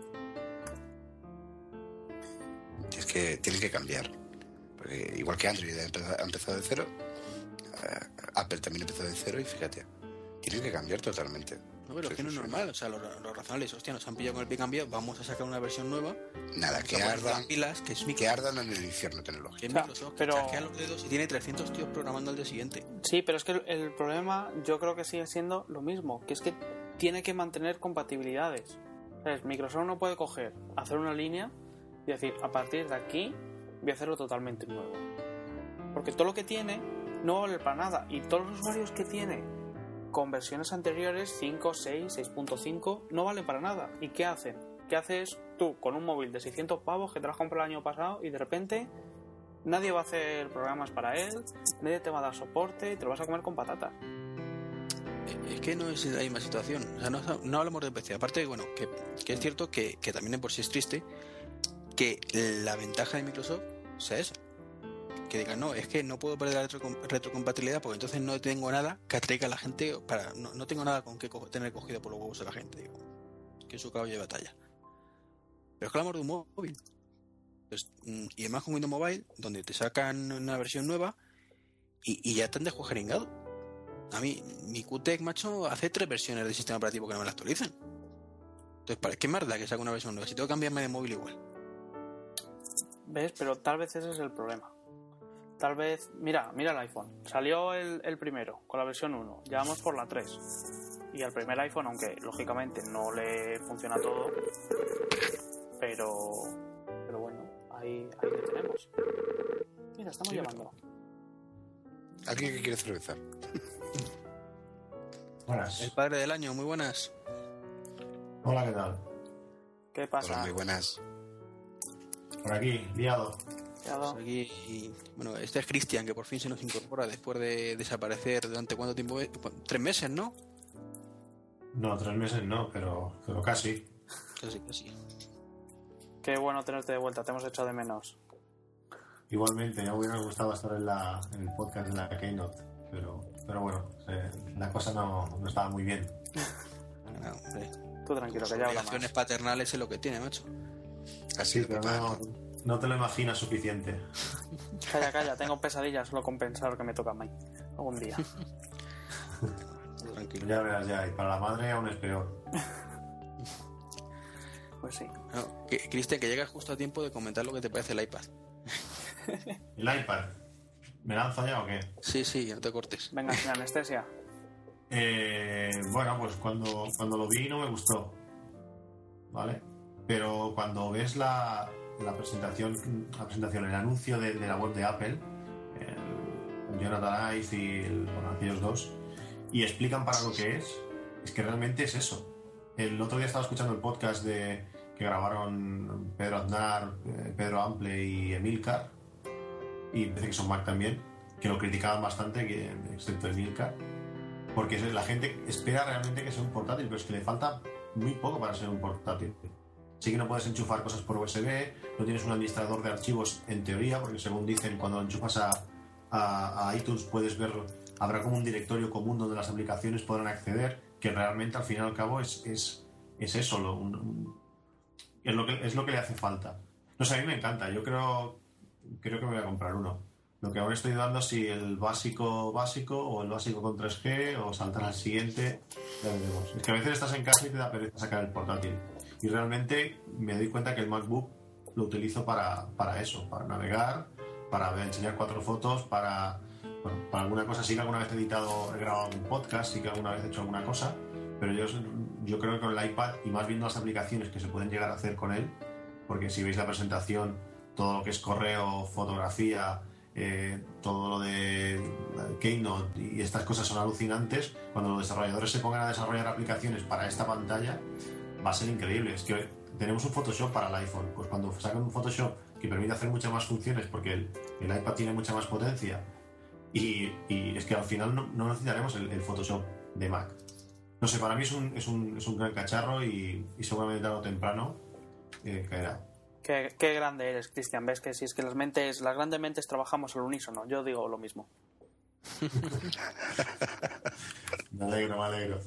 Es que tienen que cambiar. Porque igual que Android ha empezado de cero, Apple también empezó de cero y fíjate. Tienen que cambiar totalmente. No, pero es que no es normal, o sea, lo razonable es, hostia, nos han pillado con el pie cambiado, vamos a sacar una versión nueva. Nada, que ardan, pilas, que es que ardan en el infierno tecnológico. que es O sea, Microsoft, pero- que chasquea los dedos y tiene 300 tíos programando al día siguiente. Sí, pero es que el problema yo creo que sigue siendo lo mismo, que es que tiene que mantener compatibilidades. ¿Sabes? Microsoft no puede coger, hacer una línea y decir, a partir de aquí voy a hacerlo totalmente nuevo. Porque todo lo que tiene no vale para nada. Y todos los usuarios que tiene con versiones anteriores, 5, 6, 6.5, no valen para nada. ¿Y qué hacen? ¿Qué haces tú con un móvil de 600 pavos que te lo has comprado el año pasado y de repente nadie va a hacer programas para él, nadie te va a dar soporte y te lo vas a comer con patatas? Es que no es la misma situación, o sea, no hablamos de PC. Aparte, bueno, que es cierto que también de por sí es triste que la ventaja de Microsoft sea esa. Que digan, no, es que no puedo perder la retrocompatibilidad porque entonces no tengo nada que atraiga a la gente para... No tengo nada con que tener cogido por los huevos a la gente, digo. Que es su caballo de batalla. Pero es que hablamos de un móvil. Pues, y además con Windows Mobile, donde te sacan una versión nueva y ya te han descuajeringado. A mí, mi QTEC, macho, hace 3 versiones del sistema operativo que no me la actualizan. Entonces, ¿para qué más da que saque una versión nueva? Si tengo que cambiarme de móvil igual. ¿Ves? Pero tal vez ese es el problema. Tal vez... Mira el iPhone. Salió el primero, con la versión 1. Ya vamos por la 3. Y al primer iPhone, aunque lógicamente no le funciona todo, pero bueno, ahí le tenemos. Mira, estamos Sí, llamando. ¿Alguien que quiere cerveza? Buenas. El padre del año, muy buenas. Hola, ¿qué tal? ¿Qué Hola, pasa? muy buenas. Por aquí, liado. Liado. Aquí, bueno, este es Cristian, que por fin se nos incorpora después de desaparecer durante cuánto tiempo, 3 meses, ¿no? No, 3 meses no, pero casi. Casi. Qué bueno tenerte de vuelta, te hemos echado de menos. Igualmente, ya hubiera gustado estar en el podcast de la Keynote, pero bueno, la cosa no estaba muy bien. No, hombre. Tú tranquilo, que ya habla Obligaciones más. paternales es lo que tiene, macho. Así Sí, pero no te lo imaginas suficiente. Calla, tengo pesadillas solo con pensar que me toca a mí algún día. Tranquilo. Ya verás ya, y para la madre aún es peor. Pues sí. No, Cristian, que llegas justo a tiempo de comentar lo que te parece el iPad. ¿El iPad? ¿Me lanzo ya o qué? Sí, no te cortes. Venga, sin anestesia. Bueno, pues cuando lo vi no me gustó, ¿vale? Pero cuando ves la presentación, el anuncio de la web de Apple, el Jonathan Ive y aquellos dos, y explican para lo que es que realmente es eso. El otro día estaba escuchando el podcast que grabaron Pedro Aznar, Pedro Ample y Emilcar, y parece que son Mac también, que lo criticaban bastante, excepto Emilcar, porque la gente espera realmente que sea un portátil, pero es que le falta muy poco para ser un portátil. Sí que no puedes enchufar cosas por USB, no tienes un administrador de archivos en teoría, porque según dicen, cuando lo enchufas a iTunes puedes ver, habrá como un directorio común donde las aplicaciones podrán acceder, que realmente al fin y al cabo es eso, es lo que le hace falta. No sé, a mí me encanta, yo creo que me voy a comprar uno. Lo que aún estoy dudando es si el básico o el básico con 3G o saltar al siguiente, ya veremos. Es que a veces estás en casa y te da pereza sacar el portátil. Y realmente me doy cuenta que el MacBook lo utilizo para eso, para navegar, para enseñar 4 fotos, para alguna cosa. Sí que alguna vez he grabado algún podcast, sí que alguna vez he hecho alguna cosa, pero yo creo que con el iPad, y más viendo las aplicaciones que se pueden llegar a hacer con él, porque si veis la presentación, todo lo que es correo, fotografía, todo lo de Keynote y estas cosas son alucinantes. Cuando los desarrolladores se pongan a desarrollar aplicaciones para esta pantalla, va a ser increíble. Es que tenemos un Photoshop para el iPhone, pues cuando sacan un Photoshop que permite hacer muchas más funciones, porque el iPad tiene mucha más potencia, y es que al final no necesitaremos el Photoshop de Mac. No sé, para mí es un gran cacharro y seguramente tarde o temprano caerá. Qué grande eres, Cristian. Ves que si es que las grandes mentes trabajamos al unísono. Yo digo lo mismo. Me alegro.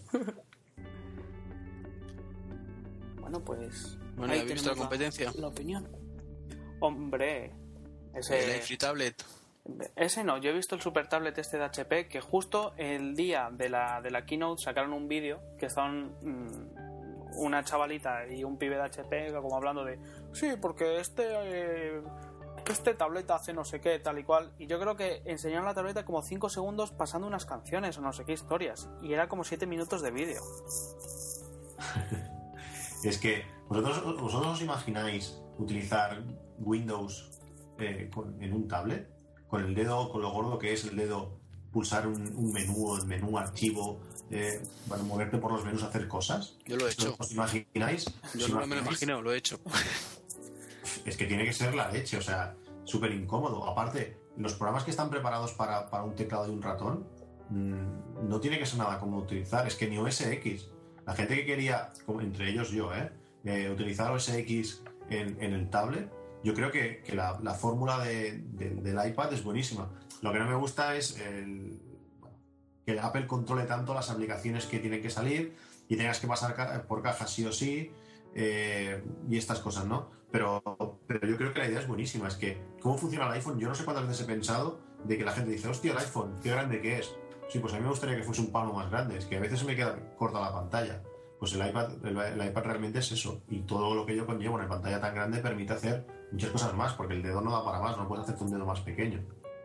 Bueno, pues... Bueno, ahí ¿has visto la tenemos competencia? La opinión. Hombre, El Free Tablet. Ese no, yo he visto el super tablet este de HP, que justo el día de la keynote sacaron un vídeo que estaban una chavalita y un pibe de HP como hablando de sí, porque este tableta hace no sé qué, tal y cual, y yo creo que enseñaron la tableta como 5 segundos pasando unas canciones o no sé qué historias, y era como 7 minutos de vídeo. Es que vosotros os imagináis utilizar Windows en un tablet, con el dedo, con lo gordo que es el dedo, pulsar un menú, el menú archivo, para moverte por los menús, hacer cosas. Yo lo he hecho. ¿Os imagináis? Yo no me lo imagino, lo he hecho. Es que tiene que ser la leche, o sea, súper incómodo. Aparte, los programas que están preparados para un teclado y un ratón, no tiene que ser nada cómodo utilizar. Es que ni OS X, la gente que quería, como entre ellos yo, utilizar OS X en el tablet, yo creo que la fórmula del iPad es buenísima. Lo que no me gusta es que Apple controle tanto las aplicaciones que tienen que salir y tengas que pasar por caja sí o sí, y estas cosas, ¿no? Pero yo creo que la idea es buenísima. Es que cómo funciona el iPhone, yo no sé cuántas veces he pensado de que la gente dice, hostia, el iPhone, qué grande que es. Sí, pues a mí me gustaría que fuese un palmo más grande. Es que a veces se me queda corta la pantalla. Pues el iPad realmente es eso, y todo lo que yo conllevo en una pantalla tan grande permite hacer muchas cosas más, porque el dedo no da para más, no puedes hacerte un dedo más pequeño.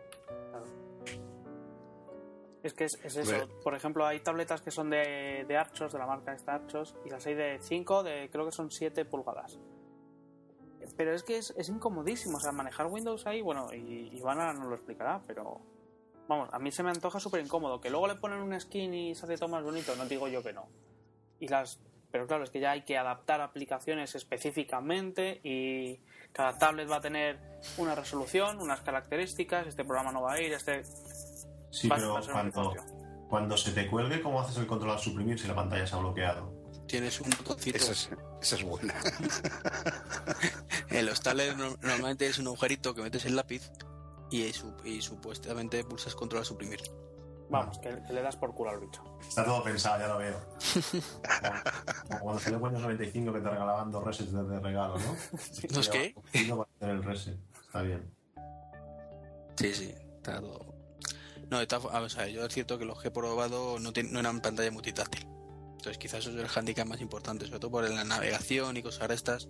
Es que es eso. Por ejemplo, hay tabletas que son de Archos, de la marca esta Archos, y las hay de 5, creo que son 7 pulgadas. Pero es que es incomodísimo, o sea, manejar Windows ahí, bueno, y Ivana nos lo explicará, pero vamos, a mí se me antoja súper incómodo. Que luego le ponen un skin y se hace todo más bonito, no digo yo que no. Pero claro, es que ya hay que adaptar aplicaciones específicamente y cada tablet va a tener una resolución, unas características, este programa no va a ir, Sí, pero cuando se te cuelgue, ¿cómo haces el control al suprimir si la pantalla se ha bloqueado? Tienes un botoncito. Esa es buena. En los tablets normalmente es un agujerito que metes el lápiz y supuestamente pulsas control al suprimir. Vamos, que le das por culo al bicho. Está todo pensado, ya lo veo. Como cuando salió Windows 95 que te regalaban 2 resets de regalo, ¿no? ¿Los qué? Para hacer el reset. Está bien. Sí, está todo. No, o sea, yo es cierto que los que he probado no eran pantalla multitáctil. Entonces quizás eso es el handicap más importante, sobre todo por la navegación y cosas de estas.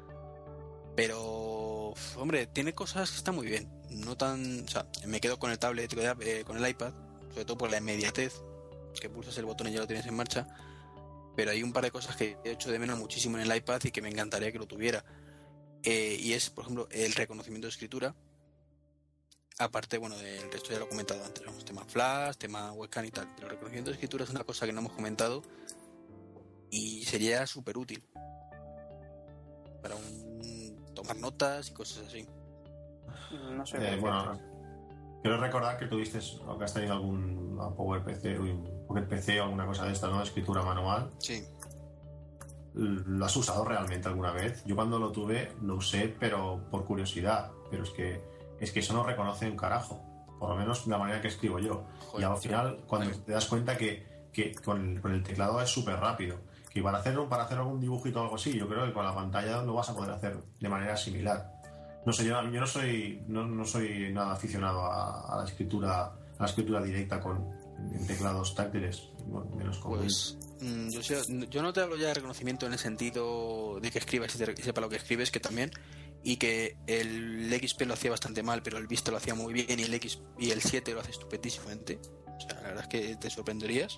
Pero, hombre, tiene cosas que están muy bien. No tan... O sea, me quedo con el tablet, con el iPad, sobre todo por la inmediatez, que pulsas el botón y ya lo tienes en marcha. Pero hay un par de cosas que he hecho de menos muchísimo en el iPad y que me encantaría que lo tuviera. Y es, por ejemplo, el reconocimiento de escritura. Aparte, bueno, del resto ya lo he comentado antes, vamos, tema flash, tema webcam y tal. Pero el reconocimiento de escritura es una cosa que no hemos comentado y sería súper útil para tomar notas y cosas así. No sé. Bueno, quiero recordar que tuviste, o que has tenido algún PowerPC, un Pocket PC o alguna cosa de esta, ¿no? De escritura manual. Sí. ¿Lo has usado realmente alguna vez? Yo cuando lo tuve lo usé, pero por curiosidad. Pero es que eso no reconoce un carajo. Por lo menos de la manera que escribo yo. Joder, y al final, cuando te das cuenta que con el teclado es súper rápido. Que para hacer algún dibujito o algo así, yo creo que con la pantalla lo vas a poder hacer de manera similar. No sé, yo no soy nada aficionado a la escritura directa en teclados táctiles, menos con pues yo no te hablo ya de reconocimiento en el sentido de que escribas y sepa lo que escribes, que también, y que el XP lo hacía bastante mal, pero el Vista lo hacía muy bien, y el 7 lo hace estupendísimamente. O sea, la verdad es que te sorprenderías.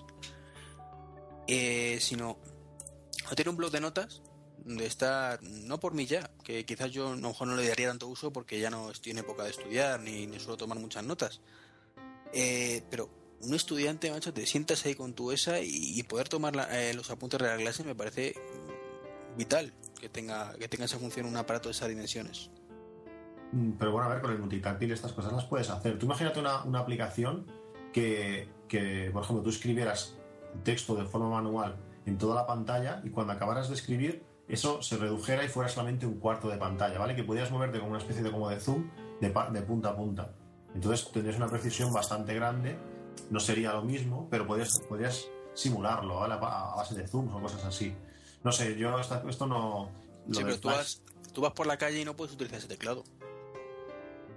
Sino a tener un blog de notas de estar, no por mí ya, que quizás yo a lo mejor no le daría tanto uso porque ya no estoy en época de estudiar ni suelo tomar muchas notas, pero un estudiante, macho, te sientas ahí con tu ESA y poder tomar los apuntes de la clase me parece vital que tenga esa función un aparato de esas dimensiones. Pero bueno, a ver, con el multitáctil estas cosas las puedes hacer. Tú imagínate una aplicación que, por ejemplo, tú escribieras texto de forma manual en toda la pantalla y cuando acabaras de escribir eso se redujera y fuera solamente un cuarto de pantalla, ¿vale? Que pudieras moverte como una especie de zoom de punta a punta. Entonces tendrías una precisión bastante grande. No sería lo mismo, pero podrías simularlo, ¿vale? A base de zooms o cosas así. No sé, yo esto no... Sí, pero tú vas por la calle y no puedes utilizar ese teclado.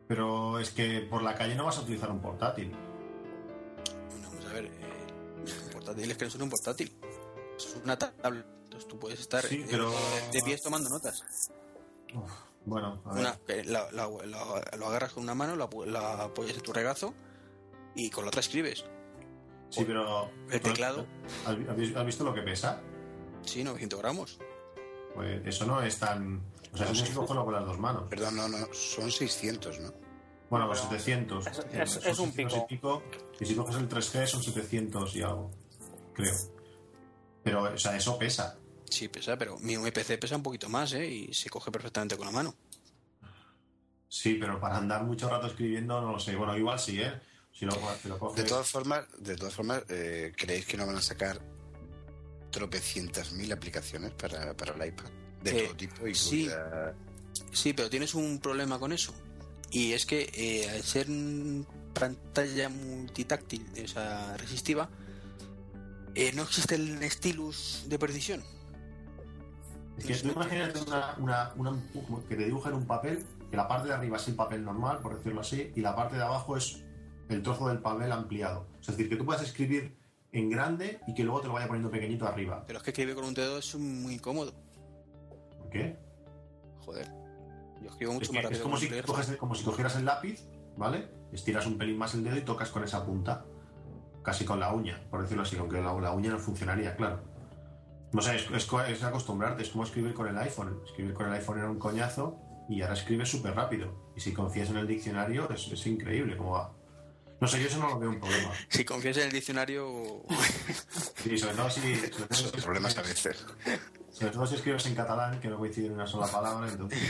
Pero es que por la calle no vas a utilizar un portátil. Bueno, vamos a ver, un portátil es que no es un portátil, es una tablet. Entonces tú puedes estar Sí, pero... de pies tomando notas. Uf, bueno, a ver. Lo agarras con una mano, la apoyas en tu regazo y con la otra escribes. Sí, pero... El teclado. ¿Has visto lo que pesa? Sí, 900 gramos. Pues eso no es tan... O sea, eso es cogerlo con las dos manos. Perdón, no, son 600, ¿no? Bueno, pues 700. Es un pico. Y si coges el 3G son 700 y algo. Creo. Pero, o sea, eso pesa. Sí, pesa, pero mi PC pesa un poquito más, y se coge perfectamente con la mano. Sí, pero para andar mucho rato escribiendo no lo sé. Bueno, igual sí, ¿eh? Si lo coges... De todas formas, ¿creéis que no van a sacar tropecientas mil aplicaciones para el iPad? De todo tipo, incluida... Sí, pero tienes un problema con eso. Y es que al ser pantalla multitáctil, o sea, resistiva, no existe el stylus de precisión. Es que tú imagínate que te dibujan un papel, que la parte de arriba es el papel normal, por decirlo así, y la parte de abajo es el trozo del papel ampliado. Es decir, que tú puedas escribir en grande y que luego te lo vaya poniendo pequeñito arriba. Pero es que escribir con un dedo es muy incómodo. ¿Por qué? Joder. Yo escribo mucho más rápido. Es como si cogieras el lápiz, ¿vale? Estiras un pelín más el dedo y tocas con esa punta. Casi con la uña, por decirlo así, aunque la uña no funcionaría, claro. No sé, es acostumbrarte, es como escribir con el iPhone. Escribir con el iPhone era un coñazo y ahora escribes súper rápido. Y si confías en el diccionario, es increíble cómo va. No sé, yo eso no lo veo un problema. Si confías en el diccionario... Sí, sobre todo si... Son problemas a veces. Sobre todo si escribes en catalán, que no coincide en una sola palabra, entonces...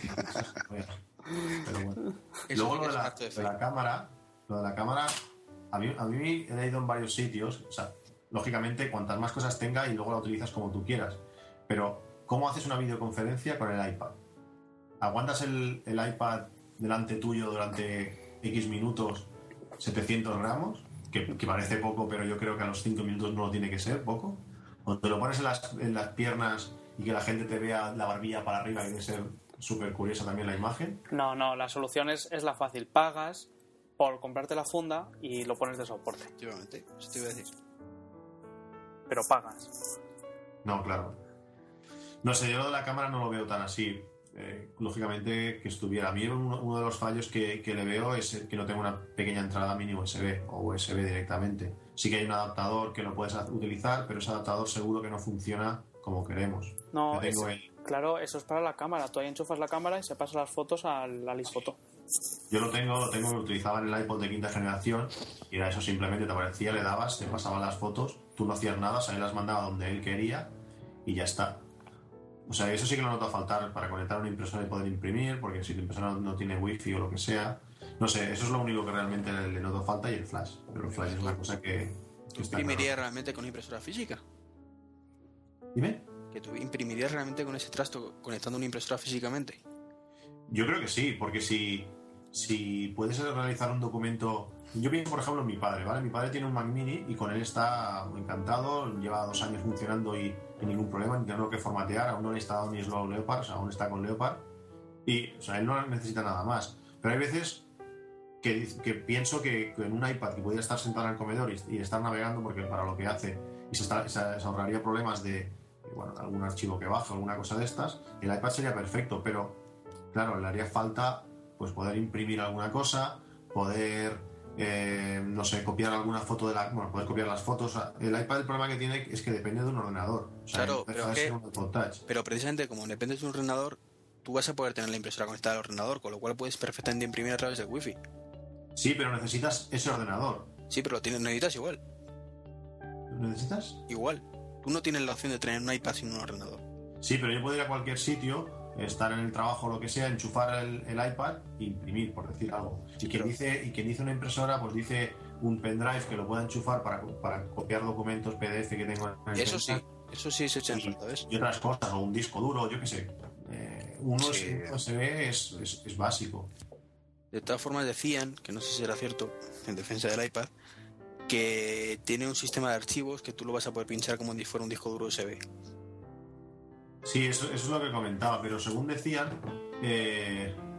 Pero bueno. Luego lo de la cámara... Lo de la cámara... A mí he leído en varios sitios, o sea, lógicamente cuantas más cosas tenga y luego la utilizas como tú quieras. Pero, ¿cómo haces una videoconferencia con el iPad? ¿Aguantas el iPad delante tuyo durante X minutos, 700 gramos? Que parece poco, pero yo creo que a los 5 minutos no lo tiene que ser poco. O te lo pones en las piernas y que la gente te vea la barbilla para arriba, que debe ser súper curiosa también la imagen. No, la solución es la fácil. Pagas por comprarte la funda y lo pones de soporte. Efectivamente, eso te iba a decir. Pero pagas. No, claro. No sé, yo lo de la cámara no lo veo tan así. Lógicamente que estuviera. A mí uno de los fallos que le veo es que no tengo una pequeña entrada mini USB o USB directamente. Sí que hay un adaptador que lo puedes utilizar, pero ese adaptador seguro que no funciona como queremos. No, claro, eso es para la cámara. Tú ahí enchufas la cámara y se pasan las fotos al iPhoto. Yo lo utilizaba en el iPod de quinta generación y era eso, simplemente te aparecía, le dabas, te pasaban las fotos, tú no hacías nada, o sea, él las mandaba donde él quería y ya está. O sea, eso sí que lo noto a faltar para conectar una impresora y poder imprimir, porque si tu impresora no tiene wifi o lo que sea, no sé, eso es lo único que realmente le noto falta, y el flash. Pero el flash es una cosa que está... ¿Imprimirías realmente con impresora física? ¿Dime? ¿Que tú imprimirías realmente con ese trasto conectando una impresora físicamente? Yo creo que sí, porque si puedes realizar un documento... Yo pienso, por ejemplo, en mi padre, ¿vale? Mi padre tiene un Mac Mini y con él está encantado, lleva 2 años funcionando y sin ningún problema, ni tenerlo que formatear, aún no le he instalado ni Slow Leopard, o sea, aún está con Leopard y, o sea, él no necesita nada más. Pero hay veces que pienso que en un iPad que pudiera estar sentado en el comedor y estar navegando, porque para lo que hace, y se ahorraría problemas de, bueno, algún archivo que baja, alguna cosa de estas, el iPad sería perfecto, pero claro, le haría falta pues poder imprimir alguna cosa, poder no sé, copiar alguna foto poder copiar las fotos. El iPad, el problema que tiene es que depende de un ordenador. O sea, claro, pero precisamente como dependes de un ordenador, tú vas a poder tener la impresora conectada al ordenador, con lo cual puedes perfectamente imprimir a través del wifi. Sí, pero necesitas ese ordenador. Sí, pero necesitas igual. ¿Lo necesitas? Igual. Tú no tienes la opción de tener un iPad sin un ordenador. Sí, pero yo puedo ir a cualquier sitio, estar en el trabajo o lo que sea, enchufar el iPad e imprimir, por decir algo. Y quien dice una impresora, pues dice un pendrive que lo pueda enchufar para copiar documentos PDF que tengo en el Eso sí se echa en falta, ¿ves? Y otras cosas, o un disco duro, yo qué sé. Un USB es básico. De todas formas decían, que no sé si será cierto, en defensa del iPad, que tiene un sistema de archivos que tú lo vas a poder pinchar como si fuera un disco duro USB. Sí, eso es lo que comentaba, pero según decían,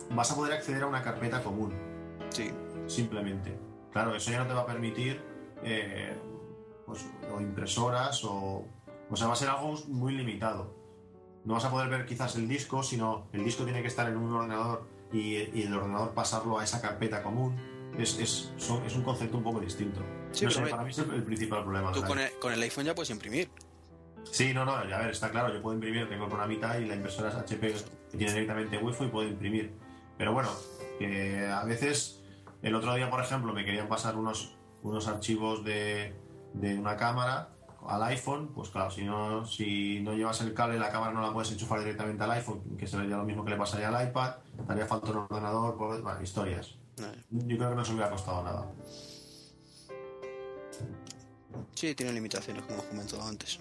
vas a poder acceder a una carpeta común. Sí. Simplemente. Claro, eso ya no te va a permitir pues, o impresoras o sea, va a ser algo muy limitado. No vas a poder ver quizás el disco, sino el disco tiene que estar en un ordenador y el ordenador pasarlo a esa carpeta común. Es un concepto un poco distinto. Sí, no sé, pero para mí es el principal problema. Tú con el iPhone ya puedes imprimir. Sí, no, a ver, está claro, yo puedo imprimir, tengo una mitad y la impresora es HP que tiene directamente Wi-Fi y puedo imprimir. Pero bueno, que a veces, el otro día, por ejemplo, me querían pasar unos archivos de una cámara al iPhone, pues claro, si no llevas el cable, la cámara no la puedes enchufar directamente al iPhone, que sería lo mismo que le pasaría al iPad, te haría falta un ordenador, pues, bueno, historias. Yo creo que no se hubiera costado nada. Sí, tiene limitaciones, como hemos comentado antes.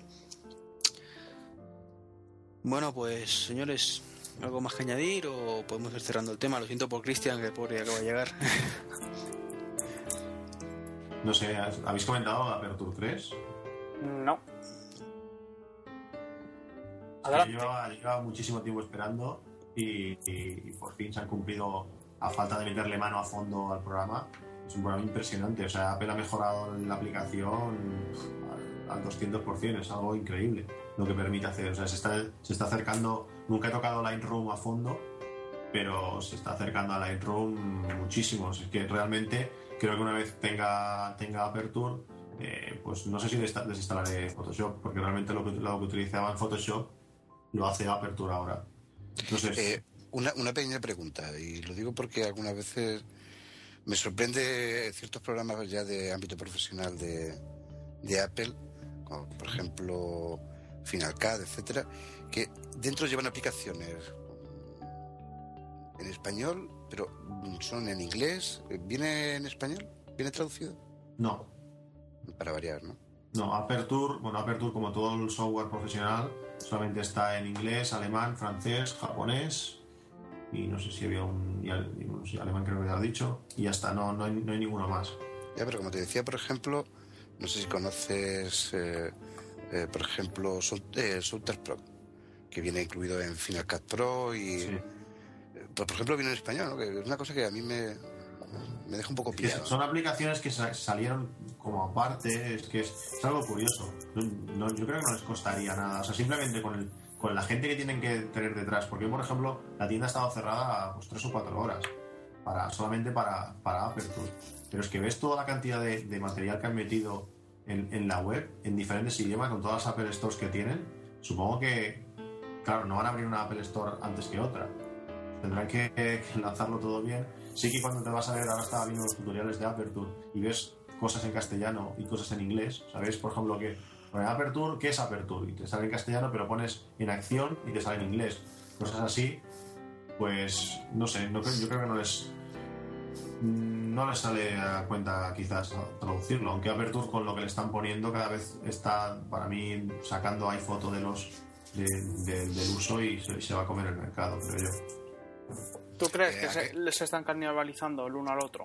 Bueno, pues señores, ¿algo más que añadir o podemos ir cerrando el tema? Lo siento por Cristian, que pobre acaba de llegar. No sé, ¿habéis comentado Aperture 3? No. Adelante. Llevaba muchísimo tiempo esperando y por fin se han cumplido, a falta de meterle mano a fondo al programa. Es un programa impresionante, o sea, Apple ha mejorado la aplicación al 200%, es algo increíble lo que permite hacer, o sea, se está acercando, nunca he tocado Lightroom a fondo, pero se está acercando a Lightroom muchísimo, es que realmente creo que una vez tenga Aperture, pues no sé si desinstalaré Photoshop, porque realmente lo que utilizaba en Photoshop lo hace Aperture ahora. No sé. Una pequeña pregunta, y lo digo porque algunas veces me sorprende ciertos programas ya de ámbito profesional de Apple, como por ejemplo Final Cut, etcétera, que dentro llevan aplicaciones en español, pero son en inglés. ¿Viene en español? ¿Viene traducido? No. Para variar, ¿no? No, Aperture, como todo el software profesional, solamente está en inglés, alemán, francés, japonés y no sé si había alemán, creo que ya lo he dicho, y ya está, no hay ninguno más. Ya, pero como te decía, por ejemplo, no sé si conoces, por ejemplo, Software Pro, que viene incluido en Final Cut Pro y, sí. Pues, por ejemplo, viene en español, ¿no? Que es una cosa que a mí me deja un poco pillado. Son aplicaciones que salieron como aparte, es algo curioso. Yo creo que no les costaría nada, o sea, simplemente con la gente que tienen que tener detrás, porque por ejemplo la tienda ha estado cerrada pues 3 o 4 horas solamente para Aperture, pero es que ves toda la cantidad de material que han metido en la web en diferentes idiomas con todas las Apple Stores que tienen. Supongo que, claro, no van a abrir una Apple Store antes que otra, tendrán que lanzarlo todo bien. Sí que cuando te vas a ver, ahora estaba viendo los tutoriales de Aperture y ves cosas en castellano y cosas en inglés, ¿sabes? Por ejemplo, que pones Aperture, ¿qué es Aperture? Y te sale en castellano, pero pones en acción y te sale en inglés. Cosas así, pues no sé, yo creo que no les sale a cuenta quizás traducirlo, aunque Aperture con lo que le están poniendo cada vez está, para mí, sacando iPhoto del uso y se va a comer el mercado, creo yo. ¿Tú crees que les están canibalizando el uno al otro?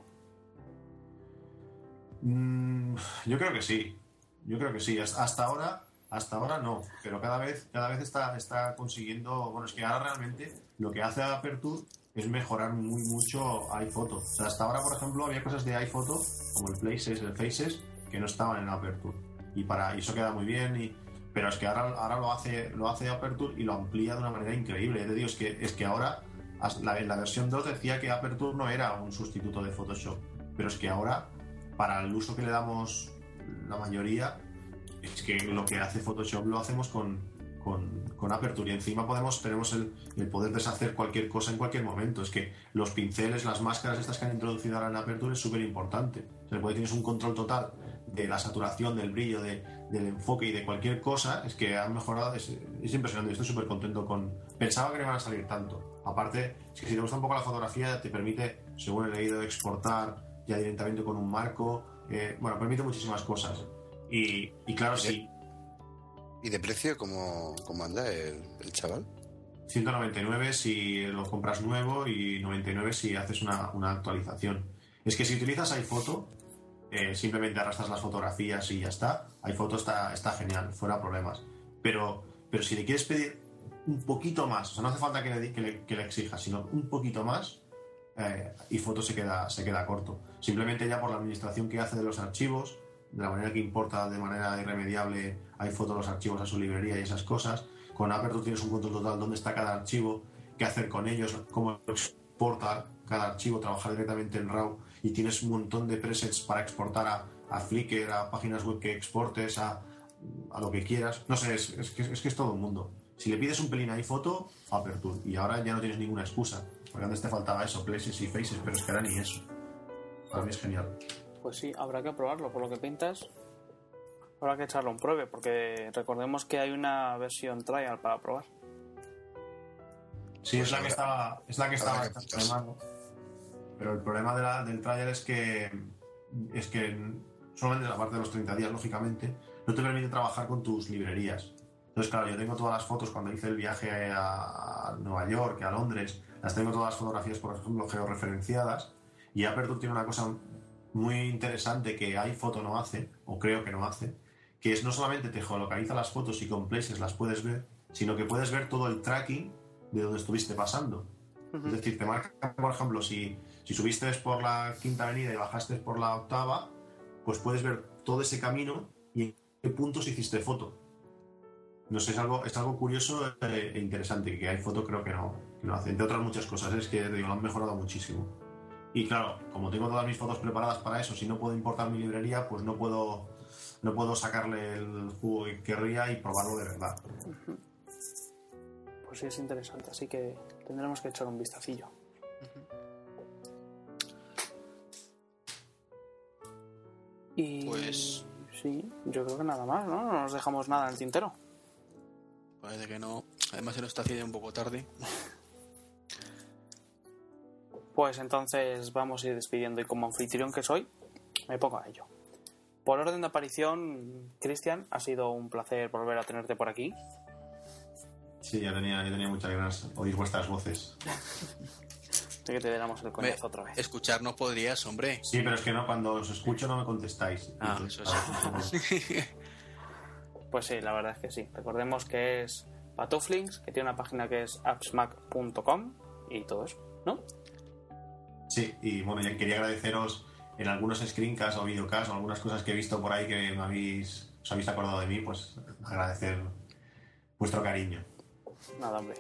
Yo creo que sí. Hasta ahora no, pero cada vez está consiguiendo. Bueno, es que ahora realmente lo que hace Aperture es mejorar muy mucho iPhoto. O sea, hasta ahora, por ejemplo, había cosas de iPhoto como el Places, el Faces, que no estaban en Aperture. Y eso queda muy bien. Pero es que ahora lo hace Aperture y lo amplía de una manera increíble. Ya te digo, es que ahora en la versión 2 decía que Aperture no era un sustituto de Photoshop, pero es que ahora, para el uso que le damos la mayoría, es que lo que hace Photoshop lo hacemos con Aperture, y encima tenemos el poder deshacer cualquier cosa en cualquier momento. Es que los pinceles, las máscaras estas que han introducido ahora en Aperture es súper importante. O sea, tienes un control total de la saturación, del brillo, del enfoque y de cualquier cosa. Es que han mejorado, es impresionante. Estoy súper contento pensaba que no iban a salir tanto. Aparte, es que si te gusta un poco la fotografía, te permite, según he leído, exportar ya directamente con un marco. Permite muchísimas cosas. Y claro, sí. ¿Y de precio cómo anda el chaval? 199 si lo compras nuevo y 99 si haces una actualización. Es que si utilizas iPhoto, simplemente arrastras las fotografías y ya está. iPhoto está genial, fuera problemas. Pero si le quieres pedir un poquito más, o sea, no hace falta que le exijas, sino un poquito más, iPhoto se queda corto. Simplemente ya por la administración que hace de los archivos, de la manera que importa de manera irremediable iPhoto los archivos a su librería y esas cosas. Con Aperture tienes un control total dónde está cada archivo, qué hacer con ellos, cómo exportar cada archivo, trabajar directamente en RAW, y tienes un montón de presets para exportar a Flickr, a páginas web que exportes, a lo que quieras. No sé, es que es todo un mundo. Si le pides un pelín a iPhoto, Aperture, y ahora ya no tienes ninguna excusa, porque antes te faltaba eso, Places y Faces, pero es que ahora ni eso. Para mí es genial. Pues sí, habrá que probarlo, por lo que pintas. Habrá que echarlo en pruebe, porque recordemos que hay una versión trial para probar. Sí, Pues es la que estaba llamando. Pero el problema del trial es que solamente la parte de los 30 días, lógicamente, no te permite trabajar con tus librerías. Entonces, claro, yo tengo todas las fotos cuando hice el viaje a Nueva York, a Londres, las tengo todas las fotografías, por ejemplo, georreferenciadas, y Aperture tiene una cosa muy interesante que iPhoto no hace, o creo que no hace, que es no solamente te geolocaliza las fotos y con Places las puedes ver, sino que puedes ver todo el tracking de donde estuviste pasando. Es decir, te marca, por ejemplo, si subiste por la Quinta Avenida y bajaste por la Octava, pues puedes ver todo ese camino y en qué puntos hiciste foto. No sé, es algo curioso e interesante, que iPhoto creo que no hace. Entre otras muchas cosas, es que digo, lo han mejorado muchísimo. Y claro, como tengo todas mis fotos preparadas para eso, si no puedo importar mi librería, pues no puedo sacarle el jugo que querría y probarlo de verdad. Pues sí, es interesante, así que tendremos que echar un vistacillo. Y Pues sí, yo creo que nada más, ¿no? No nos dejamos nada en el tintero. parece que no. Además se nos está haciendo un poco tarde. Pues entonces vamos a ir despidiendo, y como anfitrión que soy, me pongo a ello. Por orden de aparición, Cristian, ha sido un placer volver a tenerte por aquí. Sí, ya tenía muchas ganas de oír vuestras voces. De que te diéramos el coñazo otra vez. Escucharnos podrías, hombre. Sí, pero es que no, cuando os escucho no me contestáis. Ah, Entonces, eso sí. Pues sí, la verdad es que sí. Recordemos que es Patuflinks, que tiene una página que es appsmac.com y todo eso, ¿no? Sí, y bueno, ya quería agradeceros en algunos screencasts o videocasts o algunas cosas que he visto por ahí que os habéis acordado de mí, pues agradecer vuestro cariño. Nada, hombre.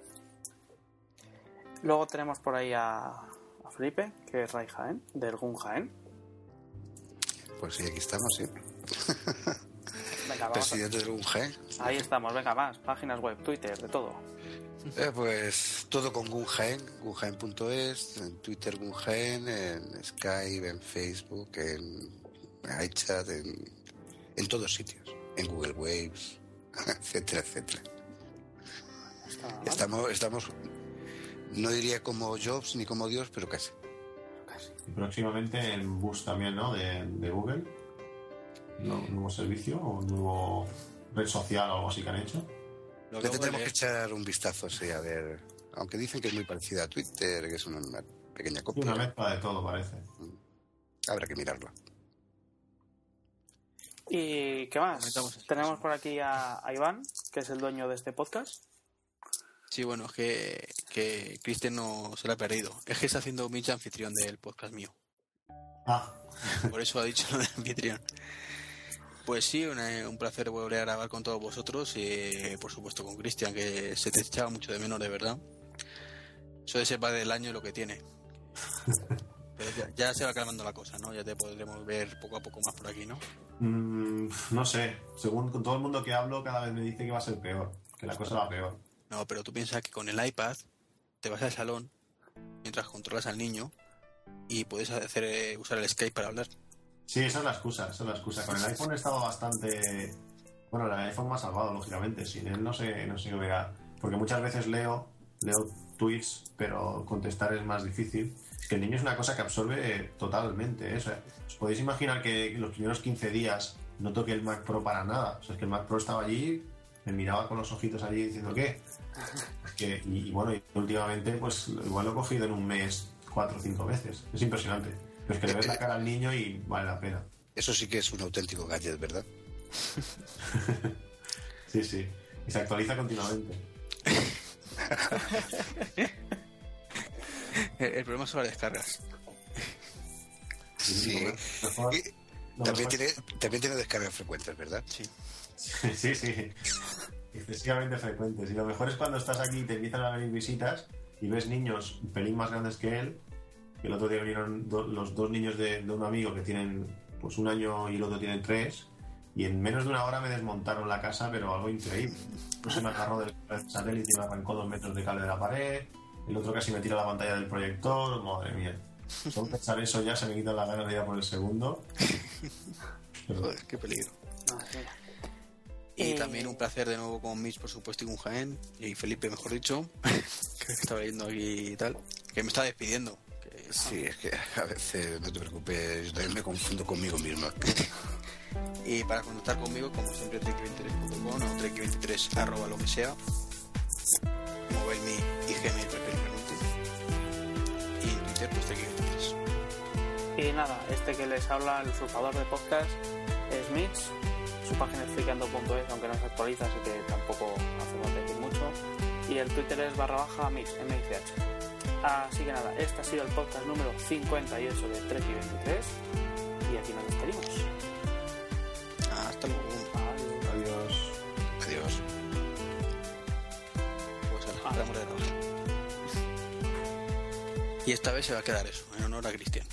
Luego tenemos por ahí a Felipe, que es Ray Jaén, del GUN Jaén. Pues sí, aquí estamos, sí. Venga, vamos. Presidente del UNG. Ahí estamos, venga, más. Páginas web, Twitter, de todo. Pues todo con Gunjaen, gunjaen.es, en Twitter Gunjaen, en Skype, en Facebook, en iChat, en todos sitios, en Google Waves, etcétera, etcétera. Estamos, no diría como Jobs ni como Dios, pero casi. Y próximamente en Bus también, ¿no? De Google. ¿Un nuevo servicio o un nuevo red social o algo así que han hecho? Lo Le acabo de tendremos que leer. echar un vistazo, sí, a ver. Aunque dicen que es muy parecida a Twitter, que es una pequeña Y copia. una mezcla de todo, parece. Habrá que mirarlo. ¿Y qué más? Comentamos eso. Tenemos por aquí a Iván, que es el dueño de este podcast. Sí, bueno, es que Cristian no se lo ha perdido. Es que está haciendo Mitch anfitrión del podcast mío. Ah, Por eso ha dicho lo de anfitrión. Pues sí, un placer volver a grabar con todos vosotros y por supuesto con Cristian, que se te echaba mucho de menos, de verdad. Eso de ser padre del año es lo que tiene. Pero ya se va calmando la cosa, ¿no? Ya te podremos ver poco a poco más por aquí, ¿no? no sé. Según con todo el mundo que hablo, cada vez me dice que va a ser peor. Que la cosa va peor. No, pero tú piensas que con el iPad te vas al salón mientras controlas al niño y puedes usar el Skype para hablar. Sí, esa es la excusa. Con el iPhone he estado bastante... Bueno, el iPhone me ha salvado, lógicamente. Sin él no sé qué hubiera... Porque muchas veces leo tweets, pero contestar es más difícil. Es que el niño es una cosa que absorbe totalmente, ¿eh? O sea, os podéis imaginar que los primeros 15 días no toqué el Mac Pro para nada. O sea, es que el Mac Pro estaba allí, me miraba con los ojitos allí diciendo ¿qué? Es que, y bueno, y últimamente pues igual lo he cogido en un mes 4 o 5 veces. Es impresionante. Pero es que le ves la cara al niño y vale la pena. Eso sí que es un auténtico gadget, ¿verdad? Sí. Y se actualiza continuamente. El problema son las descargas. Sí. Mejor- Y lo también mejor- también tiene descargas frecuentes, ¿verdad? Sí. Sí. Excesivamente frecuentes. Y lo mejor es cuando estás aquí y te empiezan a venir visitas y ves niños un pelín más grandes que él. Que el otro día vinieron los dos niños de un amigo que tienen pues 1 año y el otro tiene 3. Y en menos de 1 hora me desmontaron la casa, pero algo increíble. Uno se me agarró del satélite y me arrancó 2 metros de cable de la pared. El otro casi me tira la pantalla del proyector. Madre mía. Solo pensar eso ya se me quitan las ganas de ir a por el segundo. Pero- Joder, qué peligro. No, sí. Y también un placer de nuevo con Mitch, por supuesto, y con Jaén, y Felipe, mejor dicho, que estaba leyendo aquí y tal, que me está despidiendo. Que... Sí, es que a veces, no te preocupes, yo también me confundo conmigo mismo. Y para contactar conmigo, como siempre, trek23.com o trek23 arroba lo que sea, Mobilme y Gmail preferiblemente, y en Twitter, pues trek23. Y nada, este que les habla, el usurpador de podcast, es Mitch. Su página es friqueando.es, aunque no se actualiza, así que tampoco hace falta decir mucho. Y el Twitter es /Mitch, MICH. Así que nada, este ha sido el podcast número 58 de Trek y 23. Y aquí nos despedimos. Hasta luego. Adiós. Adiós. Pues al amor de Dios. Y esta vez se va a quedar eso, en honor a Cristian.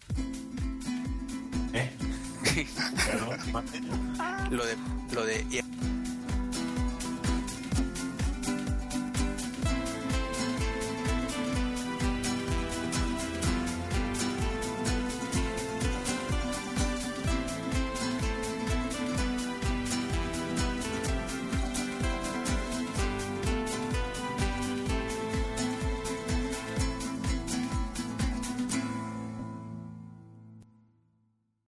Perdón. Lo de